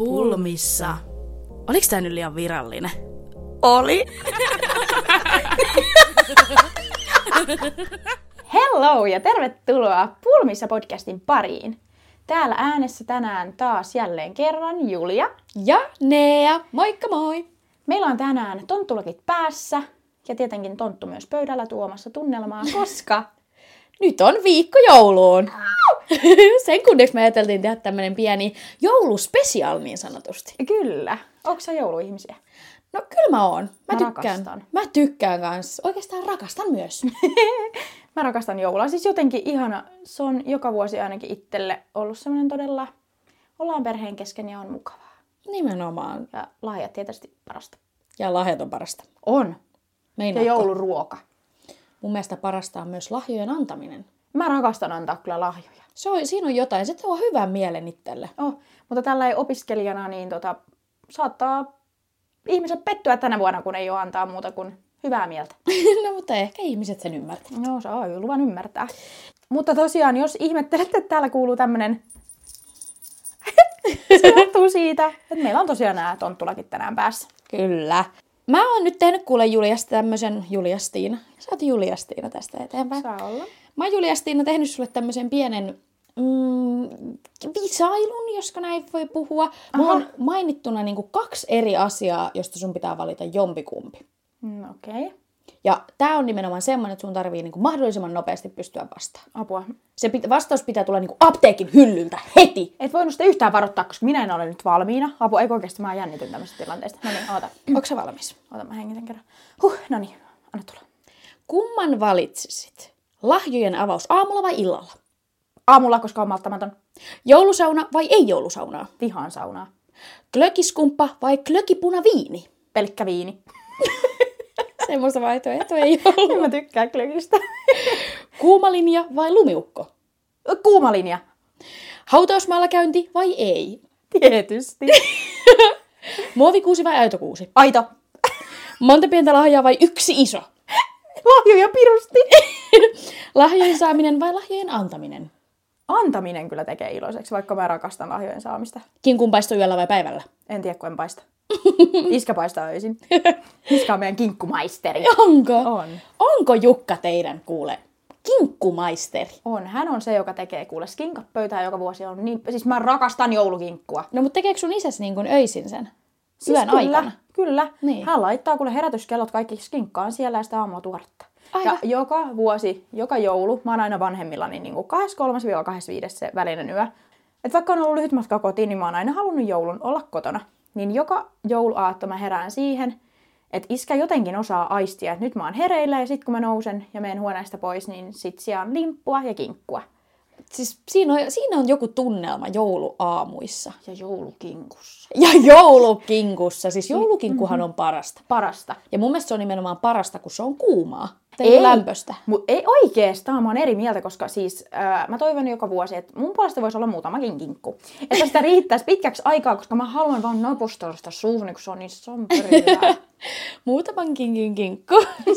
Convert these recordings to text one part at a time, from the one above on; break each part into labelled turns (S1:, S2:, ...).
S1: Pulmissa. Oliks tää nyt liian virallinen?
S2: Oli. Hello ja tervetuloa Pulmissa podcastin pariin. Täällä äänessä tänään taas jälleen kerran Julia
S3: ja Nea. Moikka moi!
S2: Meillä on tänään tonttulakit päässä ja tietenkin tonttu myös pöydällä tuomassa tunnelmaa, koska
S3: nyt on viikko jouluun. Sen kunneksi me ajateltiin tehdä tämmönen pieni jouluspesial niin sanotusti.
S2: Kyllä. Onko sä jouluihmisiä?
S3: No kyllä mä oon.
S2: Mä rakastan.
S3: Mä tykkään kanssa. Oikeastaan rakastan myös.
S2: Mä rakastan joulua. Siis jotenkin ihana. Se on joka vuosi ainakin itselle ollut semmoinen todella, ollaan perheen kesken ja on mukavaa.
S3: Nimenomaan.
S2: Ja lahjat tietysti parasta.
S3: Ja lahjat on parasta.
S2: On.
S3: Meinaatko?
S2: Ja jouluruoka.
S3: Mun mielestä parasta on myös lahjojen antaminen.
S2: Mä rakastan antaa kyllä lahjoja.
S3: Siinä on jotain. Se tuo hyvän mielen itselle.
S2: Mutta tällä opiskelijana niin saattaa ihmiset pettyä tänä vuonna, kun ei ole antaa muuta kuin hyvää mieltä.
S3: No mutta ehkä ihmiset sen ymmärtää.
S2: No saa jo luvan ymmärtää. Mutta tosiaan, jos ihmettelette, että täällä kuuluu tämmönen se johtuu siitä, että meillä on tosiaan nämä tonttulakit tänään päässä.
S3: Kyllä. Mä oon nyt tehnyt kuule Juliasta tämmösen Juliastiina. Sä oot Juliastiina tästä eteenpäin.
S2: Saa olla.
S3: Mä oon Juliastiina tehnyt sulle tämmösen pienen visailun, josko näin voi puhua. Mulla on mainittuna niinku 2 eri asiaa, josta sun pitää valita jompikumpi.
S2: Okei. Okay.
S3: Ja tää on nimenomaan semmoinen, että sun tarvii niinku mahdollisimman nopeasti pystyä vastaamaan.
S2: Apua.
S3: Se vastaus pitää tulla niinku apteekin hyllyltä heti.
S2: Et voinut sitä yhtään varoittaa, koska minä en ole nyt valmiina. Apua, eikö oikeasti mä jännityn tämmöisestä tilanteesta. No niin, oota.
S3: Onko sä valmis?
S2: Oota, mä hengitän kerran. No niin, anna tulla.
S3: Kumman valitsisit? Lahjojen avaus aamulla vai illalla?
S2: Aamulla, koska on malttamaton.
S3: Joulusauna vai ei joulusaunaa?
S2: Vihaan saunaa.
S3: Klökiskumppa vai klökipunaviini?
S2: Pelkkä viini.
S3: Semmoista vaihtoehtoa ei ollut.
S2: Mä tykkään klökistä.
S3: Kuumalinja vai lumiukko?
S2: Kuuma linja.
S3: Hautausmaalla käynti vai ei?
S2: Tietysti.
S3: Muovikuusi vai aitokuusi?
S2: Aito.
S3: Monta pientä lahjaa vai 1 iso?
S2: Lahjoja pirusti.
S3: Lahjojen saaminen vai lahjojen antaminen?
S2: Antaminen kyllä tekee iloiseksi, vaikka mä rakastan lahjojen saamista.
S3: Kinkun paisto yöllä vai päivällä?
S2: En tiedä, kun en paista. Iskä paistaa öisin. Iskä on meidän kinkkumaisteri.
S3: Onko?
S2: On.
S3: Onko Jukka teidän kuule kinkkumaisteri?
S2: On. Hän on se, joka tekee kuule skinkat pöytään joka vuosi. On niin... Siis mä rakastan joulukinkkua.
S3: No mutta tekeekö sun isäsi niin kuin öisin sen?
S2: Siis
S3: yön
S2: kyllä,
S3: aikana?
S2: Kyllä.
S3: Niin.
S2: Hän laittaa kuule herätyskellot kaikki skinkkaan siellä ja sitä aamulla tuoretta.
S3: Aivan.
S2: Ja joka vuosi, joka joulu, mä oon aina vanhemmillani niin 23-25 se välinen yö. Et vaikka on ollut lyhyt matka kotiin, niin mä oon aina halunnut joulun olla kotona. Niin joka jouluaatto mä herään siihen, että iskä jotenkin osaa aistia, että nyt mä oon hereillä ja sit kun mä nousen ja menen huoneesta pois, niin sit siellä on limppua ja kinkkua.
S3: Siis siinä on joku tunnelma jouluaamuissa.
S2: Ja joulukinkussa.
S3: Ja joulukinkussa. Siis joulukinkkuhan on parasta.
S2: Parasta.
S3: Ja mun mielestä se on nimenomaan parasta, kun se on kuumaa. Ei lämpöstä.
S2: Ei oikeastaan, mä oon eri mieltä, koska siis mä toivon joka vuosi, että mun puolesta voisi olla muutamakin kinkku. Että sitä riittäisi pitkäksi aikaa, koska mä haluan vaan napustella sitä suuhun, kun se on niin somperiä.
S3: Muutaman kinkin kinkku.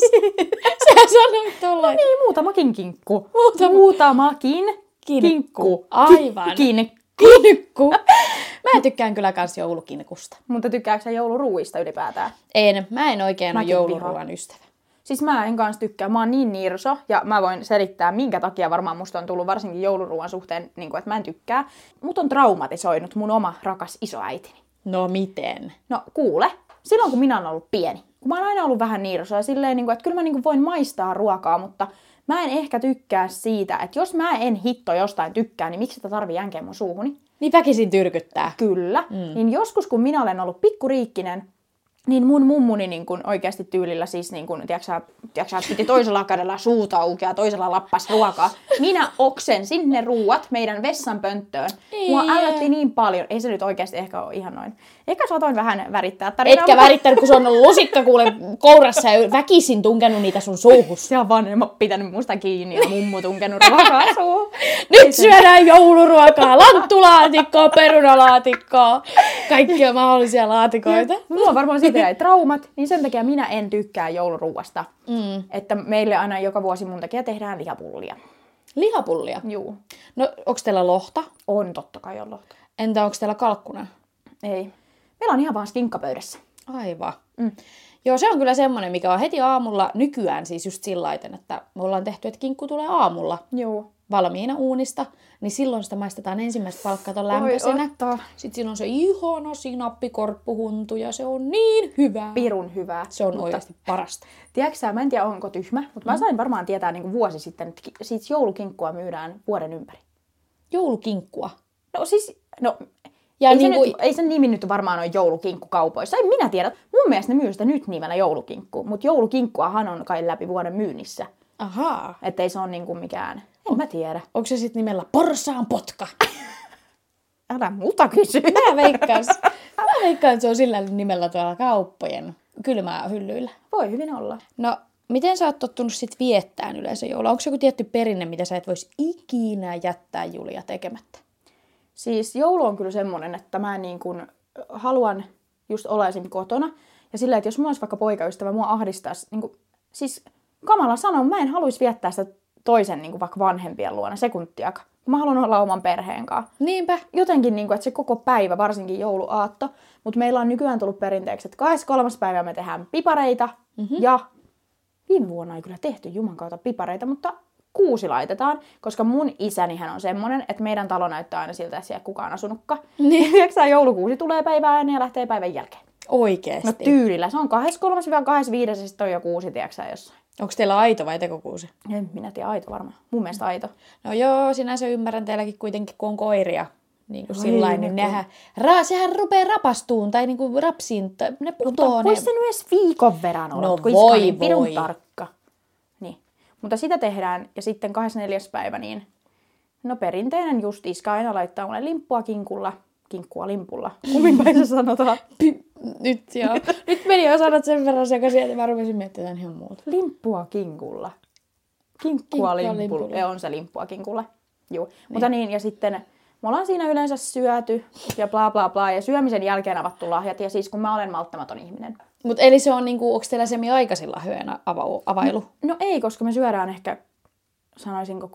S3: Sä sanoit tolla.
S2: No niin, muutamakin kinkku.
S3: Muutamakin
S2: kinkku.
S3: Aivan.
S2: Kinkku.
S3: Mä tykkään kyllä kans joulukinkusta.
S2: Mutta tykkääksä jouluruuista ylipäätään?
S3: Mä en oikein ole jouluruoan ystävä.
S2: Siis mä en kanssa tykkää. Mä oon niin nirso ja mä voin selittää, minkä takia varmaan musta on tullut varsinkin jouluruoan suhteen, niin kuin, että mä en tykkää. Mut on traumatisoinut mun oma rakas isoäitini.
S3: No miten?
S2: No kuule, silloin kun minä oon ollut pieni. Kun mä oon aina ollut vähän nirso ja silleen, niin kuin, että kyllä mä niin kuin voin maistaa ruokaa, mutta mä en ehkä tykkää siitä, että jos mä en hitto jostain tykkää, niin miksi sitä tarvii jänkeä mun suuhuni?
S3: Niin väkisin tyrkyttää.
S2: Kyllä. Niin joskus kun minä olen ollut pikkuriikkinen, niin mun mummuni niin kun oikeasti tyylillä siis niin kun, tiiäksä, piti toisella kädellä suuta auki ja toisella lappas ruokaa. Minä oksensin ne ruuat meidän vessanpönttöön. Mua ällötti niin paljon. Ei se nyt oikeasti ehkä ole ihan noin. Ehkä saatoin vähän värittää tarinaa.
S3: Etkä värittänyt, kun se on ollut lusikka kuule kourassa ja väkisin tunkenut niitä sun suuhun.
S2: Se on vanhemmat pitänyt musta kiinni ja mummu tunkenut ruokaa suuhun.
S3: Nyt syödään jouluruokaa, lanttulaatikkoa, perunalaatikkoa, kaikkia mahdollisia laatikoita.
S2: Mulla on varmaan siitä jäi traumat, niin sen takia minä en tykkää jouluruuasta. Että meille aina joka vuosi mun takia tehdään lihapullia.
S3: Lihapullia?
S2: Juu.
S3: No, onko teillä lohta?
S2: On, totta kai on lohta.
S3: Entä onko teillä kalkkuna?
S2: Ei. Meillä on ihan vaan skinkka pöydässä.
S3: Aivan. Joo, se on kyllä semmoinen, mikä on heti aamulla nykyään siis just sillä lailla, että me ollaan tehty, että kinkku tulee aamulla
S2: Joo.
S3: valmiina uunista, niin silloin sitä maistetaan ensimmäistä palkkaton lämpöisenä. Sitten siinä on se ihana sinappikorppuhuntu ja se on niin hyvää.
S2: Pirun hyvää.
S3: Se on oikeasti parasta.
S2: Tiedätkö sä, mä en tiedä onko tyhmä, mutta mä sain varmaan tietää niin kuin vuosi sitten, että siitä joulukinkkua myydään vuoden ympäri.
S3: Joulukinkkua.
S2: No siis,
S3: Ja
S2: ei,
S3: niin
S2: ei sen nimi nyt varmaan ole joulukinkku kaupoissa. En minä tiedä. Mun mielestä ne myy sitä nyt nimellä joulukinkku. Mutta joulukinkkuahan on kai läpi vuoden myynnissä.
S3: Ahaa.
S2: Että ei se ole niinku mikään. En mä tiedä.
S3: Onko se sitten nimellä porsaan potka?
S2: Älä multa kysy.
S3: Mä veikkaan, että se on sillä nimellä tuolla kauppojen kylmähyllyillä.
S2: Voi hyvin olla.
S3: No, miten sä oot tottunut sit viettämään yleensä joulua? Onko se joku tietty perinne, mitä sä et vois ikinä jättää Julia tekemättä?
S2: Siis joulu on kyllä semmonen, että mä niin kuin haluan just olla esim. Kotona. Ja sillä, että jos mulla olisi vaikka poikaystävä, mua ahdistaisi. Niin kuin, siis kamala sanon, mä en haluaisi viettää sitä toisen niin kuin vaikka vanhempien luona sekuntiakaan. Mä haluan olla oman perheen kanssa.
S3: Niinpä.
S2: Jotenkin, niin kuin, että se koko päivä, varsinkin jouluaatto. Mutta meillä on nykyään tullut perinteeksi, että 23. päivä me tehdään pipareita. Ja viime vuonna ei kyllä tehty juman kautta pipareita, mutta kuusi laitetaan, koska mun isänihän on semmonen, että meidän talo näyttää aina siltä, että siellä ei kukaan asunutkaan. Niin. Tiedätkö, joulukuusi tulee päivää ennen ja lähtee päivän jälkeen.
S3: Oikeesti.
S2: No tyylillä. Se on 23-25 ja sitten on jo kuusi, tiedätkö jossain.
S3: Onko teillä aito vai tekokuusi?
S2: En minä tiedä, aito varmaan. Mun mielestä aito.
S3: No joo, sinänsä ymmärrän teilläkin kuitenkin, kun on koiria. Niin kuin sillain, niin sehän rupeaa rapastuun tai niin kuin rapsiin, ne putoo.
S2: Mutta vois se nyt edes viikon verran olla,
S3: no
S2: kun
S3: voi,
S2: niin pirun tarkka. Niin. Mutta sitä tehdään ja sitten 24. päivä, niin no perinteinen just iska aina laittaa mulle limppua kinkulla. Kinkkua limpulla. Kumminpäin se sanotaan.
S3: Nyt joo. Nyt meni jo sanat sen verran sekaisin, että mä rupesin miettimään ihan muuta.
S2: Limppua kinkulla. Kinkkua limpulla. Ja on se limppua kinkulla. Joo. Niin. Mutta niin, ja sitten me ollaan siinä yleensä syöty ja bla bla bla. Ja syömisen jälkeen avattu lahjat. Ja siis kun mä olen malttamaton ihminen.
S3: Mut eli se on niinku, onko teillä semi-aikaisin lahjojen availu?
S2: No ei, koska me syödään ehkä, sanoisinko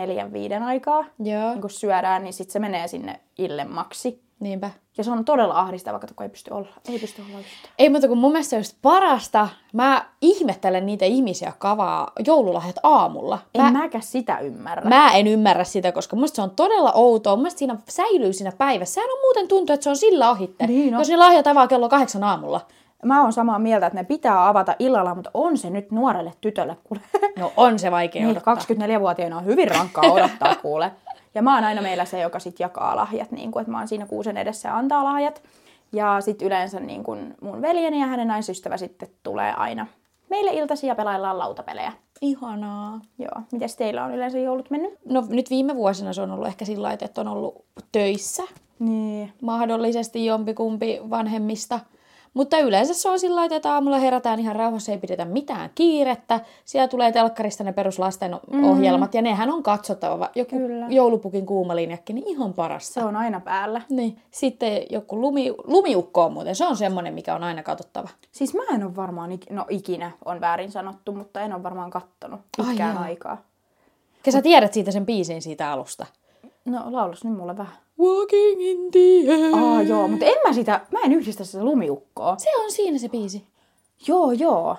S2: 4-5 aikaa.
S3: Joo.
S2: Niin kun syödään, niin sitten se menee sinne illemmaksi.
S3: Niinpä.
S2: Ja se on todella ahdistavaa, kun ei pysty olla. Ei pysty olla yhtään.
S3: Ei, mutta kun mun mielestä just parasta, mä ihmettelen niitä ihmisiä kavaa joululahjat aamulla.
S2: Mäkään sitä ymmärrä.
S3: Mä en ymmärrä sitä, koska musta se on todella outoa. Mun mielestä siinä säilyy siinä päivässä. Sehän on muuten tuntuu, että se on sillä ohitte. Niin, no. Jos ne lahjat avaa kello 8 aamulla.
S2: Mä oon samaa mieltä, että ne pitää avata illalla, mutta on se nyt nuorelle tytölle, kuule.
S3: No on se vaikea odottaa.
S2: 24-vuotiaana on hyvin rankkaa odottaa, kuule. Ja mä oon aina meillä se, joka sit jakaa lahjat, niin kun, että mä oon siinä kuusen edessä ja antaa lahjat. Ja sit yleensä niin kun mun veljeni ja hänen naisystävä sitten tulee aina meille iltaisin ja pelaillaan lautapelejä.
S3: Ihanaa.
S2: Joo. Mites teillä on yleensä joulut mennyt?
S3: No nyt viime vuosina se on ollut ehkä sillä lailla, että on ollut töissä.
S2: Niin.
S3: Mahdollisesti jompikumpi vanhemmista. Mutta yleensä se on sillä lailla, että aamulla herätään ihan rauhassa, ei pidetä mitään kiirettä. Siellä tulee telkkarista ne peruslasten ohjelmat ja nehän on katsottava. Joku joulupukin kuumalinjakki, niin ihan parasta.
S2: Se on aina päällä.
S3: Niin. Sitten joku lumiukko on muuten, se on semmoinen, mikä on aina katsottava.
S2: Siis mä en ole varmaan, ikinä on väärin sanottu, mutta en ole varmaan kattonut pitkään aikaa.
S3: Sä tiedät siitä sen biisin siitä alusta?
S2: No laulas nyt mulle vähän.
S3: Walking in the air.
S2: Joo, mutta mä en yhdistä sitä lumiukkoa.
S3: Se on siinä se biisi.
S2: Joo.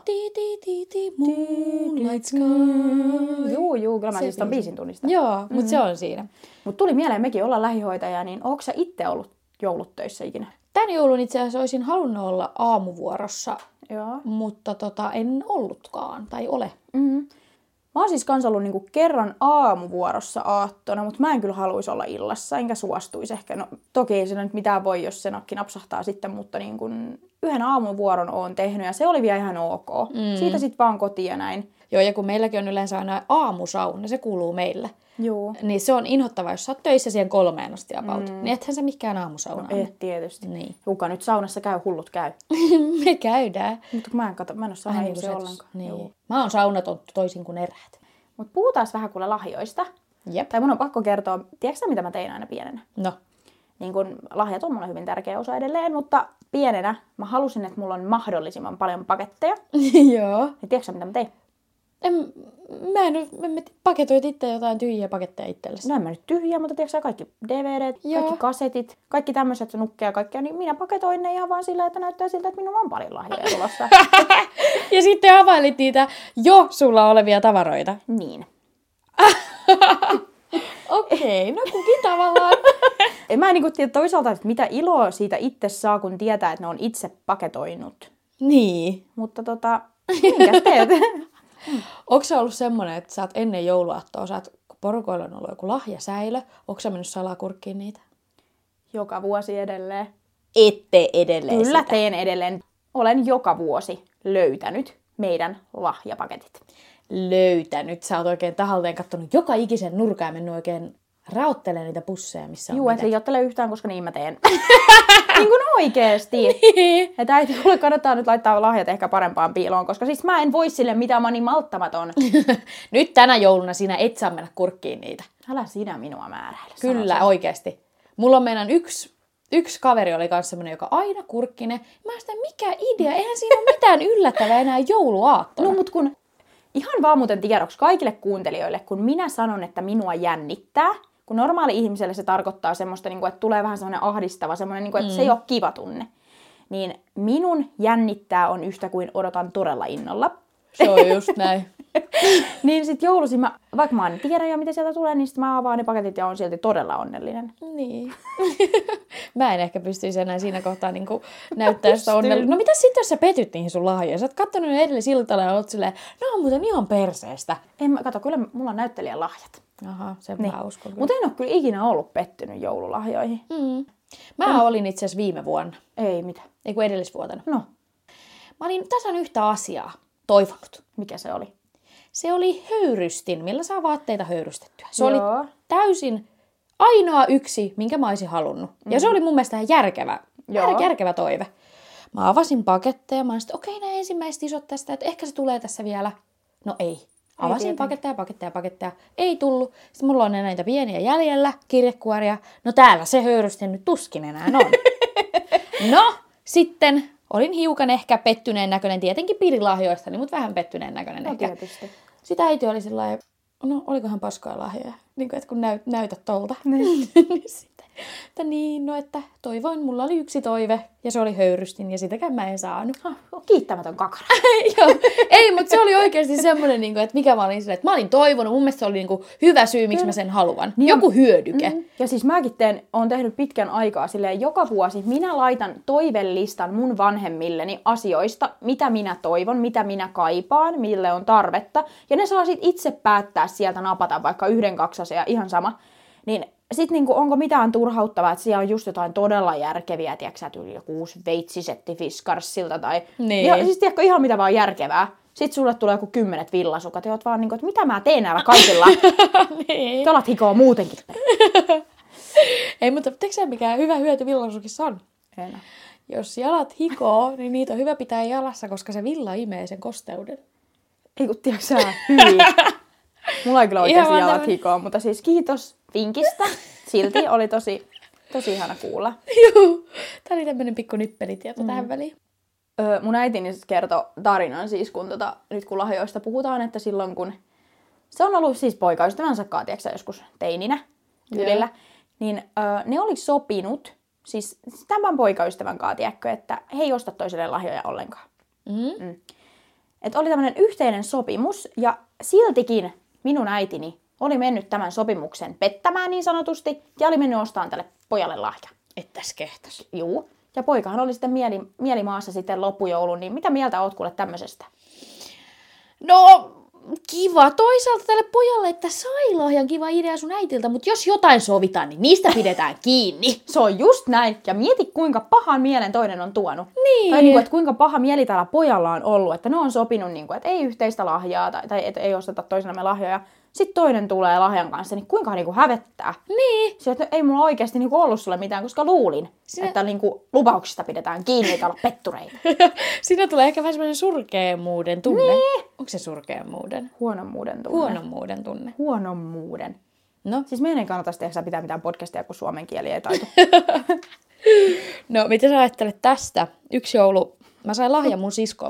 S3: Moonlight sky.
S2: Joo, kyllä mä siis ton biisin tunnistan.
S3: Joo, mutta se on siinä.
S2: Mut tuli mieleen, mekin ollaan lähihoitaja, niin ootko sä itse ollut jouluttöissä ikinä?
S3: Tän joulun itse asiassa olisin halunnut olla aamuvuorossa,
S2: Joo.
S3: mutta en ollutkaan, tai ole.
S2: Mm-hmm. Mä oon siis kans ollut niinku kerran aamuvuorossa aattona, mutta mä en kyllä haluaisi olla illassa, enkä suostuisi ehkä. No, toki ei se nyt mitään voi, jos se nakki napsahtaa sitten, mutta niin kun yhden aamuvuoron oon tehnyt ja se oli vielä ihan ok. Siitä sitten vaan kotiin ja näin.
S3: Joo, ja kun meilläkin on yleensä aina aamusauna, se kuuluu meille.
S2: Joo.
S3: Niin se on inhottava, jos sä oot töissä siihen 3 asti about. Niin ethän sä mikään aamusaunaan.
S2: No et tietysti.
S3: Niin.
S2: Kuka nyt saunassa käy, hullut käy.
S3: Me käydään.
S2: Mutta mä en ole saunaihmisiä ollenkaan.
S3: Niin. Mä oon saunatonttu toisin kuin eräät.
S2: Mutta puhutaan vähän kuule lahjoista.
S3: Jep.
S2: Tai mun on pakko kertoa, tiedätkö mitä mä tein aina pienenä?
S3: No.
S2: Niin kun lahjat on mulle hyvin tärkeä osa edelleen, mutta pienenä mä halusin, että mulla on mahdollisimman paljon paketteja.
S3: Joo.
S2: Ja tiedätkö mitä mä tein?
S3: Me paketoit itse jotain tyhjiä paketteja itsellesi.
S2: No en mä nyt tyhjiä, mutta tiedätkö kaikki DVDt, kaikki kasetit, kaikki tämmöiset nukkeja kaikkea, niin minä paketoin ne ihan vaan sillä, että näyttää siltä, että minulla on paljon lahjoja tulossa.
S3: Ja sitten availit niitä jo sulla olevia tavaroita.
S2: Niin.
S3: Okei, no kukin tavallaan.
S2: En mä niinku tiedä toisaalta, että mitä iloa siitä itse saa, kun tietää, että ne on itse paketoinut.
S3: Niin.
S2: Mutta minkäs teet?
S3: Onko se ollut semmoinen, että sä oot ennen jouluaattoa, kun porukoilla on ollut joku lahjasäilö, onko sä mennyt salaa kurkkiin niitä?
S2: Joka vuosi edelleen.
S3: Ette edelleen
S2: Kyllä
S3: sitä.
S2: teen edelleen. Olen joka vuosi löytänyt meidän lahjapaketit.
S3: Löytänyt. Sä oot oikein tahalteen kattonut joka ikisen nurkan ja mennyt oikein raottelemaan niitä pusseja, missä on
S2: Juu, et
S3: mitäkin.
S2: liioittele yhtään, koska niin mä teen. Niin kuin oikeesti. Että äiti, kuule kannattaa nyt laittaa lahjat ehkä parempaan piiloon, koska siis mä en voi sille mitään, mä oon niin malttamaton.
S3: Nyt tänä jouluna sinä et saa mennä kurkkiin niitä.
S2: Älä sinä minua määräile.
S3: Kyllä, oikeesti. Mulla on meidän yksi kaveri oli kanssa semmoinen, joka aina kurkkine. Mä sitä, mikä idea? Eihän siinä ole mitään yllättävää enää jouluaattona.
S2: No mut kun, ihan vaan muuten tiedoksi kaikille kuuntelijoille, kun minä sanon, että minua jännittää, kun normaali ihmiselle se tarkoittaa semmoista, että tulee vähän semmoinen ahdistava, semmoinen, että se ei ole kiva tunne. Niin minun jännittää on yhtä kuin odotan todella innolla.
S3: Se on just näin.
S2: Niin sit joulusi, vaikka mä en tiedä jo mitä sieltä tulee, niin sit mä avaan ne paketit ja on silti todella onnellinen.
S3: Niin. Mä en ehkä pystyisi enää siinä kohtaa niin näyttää sitä onnellista. No mitä sitten, jos sä petyt niihin sun lahjoja? Sä oot kattonut ne edellisiltana ja oot silleen, no on muuten ihan perseestä.
S2: Kato, kyllä mulla on näyttelijän lahjat.
S3: Aha, sen
S2: Niin.
S3: mä uskon.
S2: Mutta en ole kyllä ikinä ollut pettynyt joululahjoihin.
S3: Mä olin itse asiassa viime vuonna.
S2: Ei mitä.
S3: Ei kun edellisvuotena.
S2: No,
S3: Mä olin tasan yhtä asiaa toivonut.
S2: mikä se oli?
S3: Se oli höyrystin, millä saa vaatteita höyrystettyä. Se
S2: Joo.
S3: oli täysin ainoa yksi, minkä mä olisin halunnut. Ja se oli mun mielestä ihan järkevä toive. Mä avasin paketteja ja mä olin sitten, okei, nämä ensimmäiset isot tästä, että ehkä se tulee tässä vielä. No ei. Avasin paketteja. Ei tullut. Sitten mulla on näitä pieniä jäljellä, kirjekuoria. No täällä se höyrystin nyt tuskin enää on. No, sitten olin hiukan ehkä pettyneen näköinen, tietenkin piirilahjoistani, mutta vähän pettyneen näköinen
S2: No
S3: ehkä.
S2: tietysti.
S3: Sitä äiti oli sellainen, no olikohan paskoja lahjoja, niin kuin, että kun näytät tolta. Sitten, että niin, no että toivoin, mulla oli yksi toive ja se oli höyrystin ja sitäkään mä en saanut.
S2: Kiittämätön kakara.
S3: Joo, ei, mutta se oli oikeasti semmoinen, että mikä mä olin silleen, että mä olin toivonut, mun mielestä se oli hyvä syy, miksi mä sen haluan. Joku hyödyke.
S2: Ja siis mäkin olen tehnyt pitkän aikaa silleen, joka vuosi minä laitan toivelistan mun vanhemmilleni asioista, mitä minä toivon, mitä minä kaipaan, mille on tarvetta. Ja ne saa sit itse päättää sieltä napata vaikka 1-2 asiaa, ihan sama. Niin sitten niinku, onko mitään turhauttavaa, että siellä on just jotain todella järkeviä, tiedätkö tyyli joku uusi veitsisetti Fiskarssilta tai...
S3: Niin.
S2: Ja siis tiedätkö, ihan mitä vaan järkevää. Sitten sulle tulee joku 10 villasukat ja oot vaan niinku, että mitä mä teen näillä kaikilla.
S3: Niin.
S2: Te alat hikoa muutenkin.
S3: Ei, mutta tiedätkö sä, mikä hyvä hyöty villasukissa on?
S2: En.
S3: Jos jalat hikoo, niin niitä on hyvä pitää jalassa, koska se villa imee sen kosteuden.
S2: Ei kun tiedätkö sä, hyvin. Mulla ei kyllä oikeasti
S3: Ihan
S2: jalat
S3: tämmönen.
S2: hikoa, mutta siis kiitos vinkistä. Silti oli tosi ihana kuulla.
S3: Juu, tää oli tämmönen pikku nippelitieto tähän väliin.
S2: Mun äitini kertoi tarinan siis, kun nyt kun lahjoista puhutaan, että silloin kun se on ollut siis poikaystävänsä kanssa, tiedätkö sä, joskus teininä tyylillä, niin ne oli sopinut, siis tämän poikaystävän kanssa, tiedätkö, että he ei osta toiselle lahjoja ollenkaan. Että oli tämmöinen yhteinen sopimus, ja siltikin minun äitini oli mennyt tämän sopimuksen pettämään niin sanotusti, ja oli mennyt ostamaan tälle pojalle lahja.
S3: Ettäs kehtas.
S2: Juu. Ja poikahan oli sitten mielimaassa sitten loppujoulun, niin mitä mieltä oot kuule tämmöisestä?
S3: No, kiva toisaalta tälle pojalle, että sai lahjan, kiva idea sun äitiltä, mutta jos jotain sovitaan, niin niistä pidetään kiinni.
S2: Se on just näin. Ja mieti, kuinka pahan mielen toinen on tuonut.
S3: Niin.
S2: Tai niin kuin, että kuinka paha mieli tällä pojalla on ollut, että ne on sopinut, niin kuin, että ei yhteistä lahjaa tai että ei osteta toisemme lahjoja. Sitten toinen tulee lahjan kanssa, niin kuinka niin kuin hävettää.
S3: Niin.
S2: Se, että ei mulla oikeasti niin kuin ollut sulle mitään, koska luulin, että niin kuin lupauksista pidetään kiinni eikä olla pettureita.
S3: Siinä tulee ehkä vähän semmoinen surkeammuuden tunne. Niin. Onko se surkeammuuden?
S2: Huonommuuden tunne.
S3: Huonommuuden tunne.
S2: Huonommuuden.
S3: No.
S2: Siis meidän ei kannata tehdä pitää mitään podcastia, kun suomen kieli ei taitu.
S3: No, mitä sä ajattelet tästä? Yksi joulu, mä sain lahjan mun siskolta.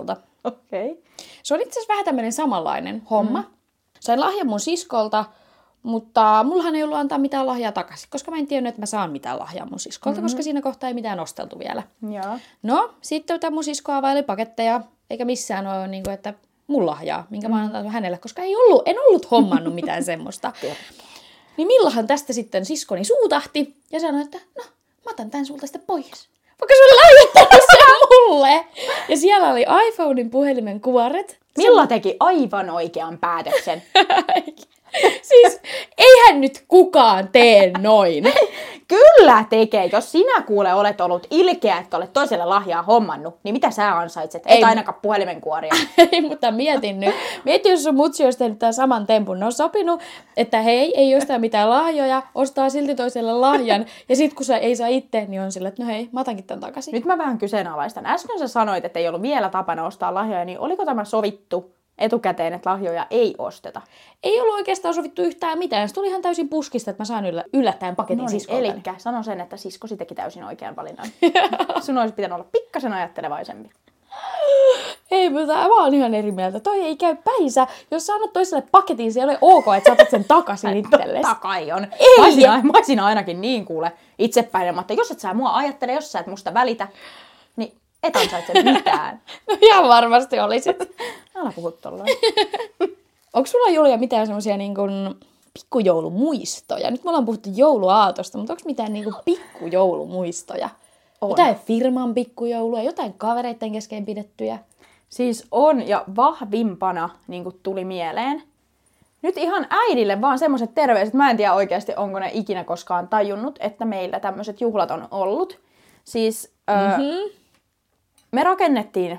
S2: Okei. Okay.
S3: Se on itse asiassa vähän tämmöinen samanlainen homma. Sain lahjan mun siskolta, mutta mullahan ei ollut antaa mitään lahjaa takaisin, koska mä en tiennyt, että mä saan mitään lahjaa mun siskolta, koska siinä kohtaa ei mitään osteltu vielä.
S2: Joo.
S3: No, sitten tämä mun sisko availi paketteja, eikä missään ole, niin kuin, että mun lahjaa, minkä mä oon antanut hänelle, koska en ollut hommannut mitään semmoista. Niin millahan tästä sitten siskoni suutahti ja sanoi, että no, mä otan tän sulta sitten pois. Vaikka se oli lahjoittanut sen mulle. Ja siellä oli iPhonein puhelimen kuoret.
S2: Milla teki aivan oikean päätöksen.
S3: Siis eihän nyt kukaan tee noin.
S2: Kyllä tekee. Jos sinä kuule olet ollut ilkeä, että olet toiselle lahjaa hommannut, niin mitä sä ansaitset? Et ainakaan puhelimenkuoria.
S3: Ei, mutta mietin nyt. Mietin, jos sun mutsi olisi tehnyt tämän saman tempun. Ne on sopinut, että hei, ei ostaa mitään lahjoja, ostaa silti toiselle lahjan. Ja sit kun ei saa itse, niin on sillä, että no hei, mä otankin tämän takaisin.
S2: Nyt mä vähän kyseenalaistan. Äsken sä sanoit, että ei ollut vielä tapana ostaa lahjoja, niin oliko tämä sovittu etukäteen, että lahjoja ei osteta?
S3: Ei ollut oikeastaan sovittu yhtään mitään. Se tuli ihan täysin puskista, että mä saan yllättäen paketin siskoltani.
S2: Elikkä sano sen, että siskosi teki täysin oikean valinnan. Sun olisi pitänyt olla pikkasen ajattelevaisempi.
S3: Ei, mutta mä oon ihan eri mieltä. Toi ei käy päinsä. Jos sä annat toiselle paketin, se ei ole ok, että sä otat sen takaisin itsellesi.
S2: Totta kai on.
S3: Ei.
S2: Mä olisin ainakin niin kuule itsepäinematta. Jos et sä mua ajattele, jos sä et musta välitä, niin et ansaitse mitään.
S3: No ihan varmasti olisit.
S2: Älä puhu tollaan.
S3: Onko sulla, Julia, mitään semmosia niin kuin pikkujoulumuistoja? Nyt me ollaan puhuttu jouluaatosta, mutta onko mitään niin kuin pikkujoulumuistoja?
S2: On.
S3: Jotain firman pikkujoulua, jotain kavereiden kesken pidettyjä?
S2: Siis on, ja vahvimpana niin kuin tuli mieleen. Nyt ihan äidille vaan semmoiset terveiset. Mä en tiedä oikeasti, onko ne ikinä koskaan tajunnut, että meillä tämmöiset juhlat on ollut. Siis me rakennettiin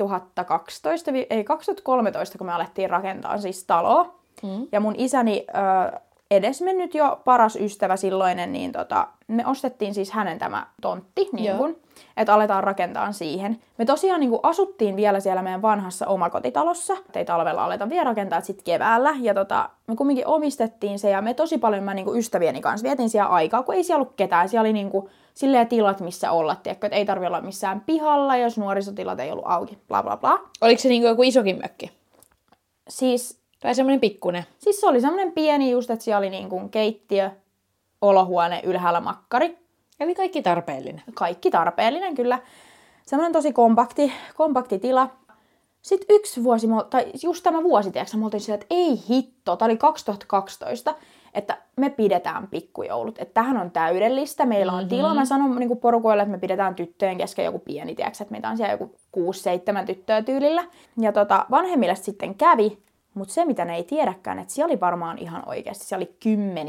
S2: 2013, kun me alettiin rakentaa siis taloa. Ja mun isäni edesmennyt jo paras ystävä silloinen, niin me ostettiin siis hänen tämä tontti, niin kun, että aletaan rakentaa siihen. Me tosiaan niin kun asuttiin vielä siellä meidän vanhassa omakotitalossa. Ei talvella aleta vielä rakentaa, sitten keväällä. Ja me kumminkin omistettiin se ja me tosi paljon mä niin kun ystävieni kanssa vietin siellä aikaa, kun ei siellä ollut ketään. Siellä oli niin kun silleen tilat, missä olla, tiedätkö, että ei tarvitse olla missään pihalla, jos nuorisotilat ei ollut auki, bla bla bla.
S3: Oliko se niin kuin joku isokin mökki?
S2: Siis
S3: Tai semmoinen pikkunen?
S2: Siis se oli semmoinen pieni just, että siellä oli niin kuin keittiö, olohuone, ylhäällä makkari.
S3: Eli kaikki tarpeellinen.
S2: Kaikki tarpeellinen, kyllä. Semmoinen tosi kompakti tila. Sitten yksi vuosi, tai just tämä vuosi, tiedätkö, me oltiin sillä, että ei hitto, tämä oli 2012, että me pidetään pikkujoulut. Että tähän on täydellistä, meillä on tila. Mä sanon niin kuin porukoille, että me pidetään tyttöjen kesken joku pieni, tiedätkö, että meitä on siellä joku 6-7 tyttöä tyylillä. Ja vanhemmille sitten kävi. Mutta se, mitä ne ei tiedäkään, että siellä oli varmaan ihan oikeasti, siellä oli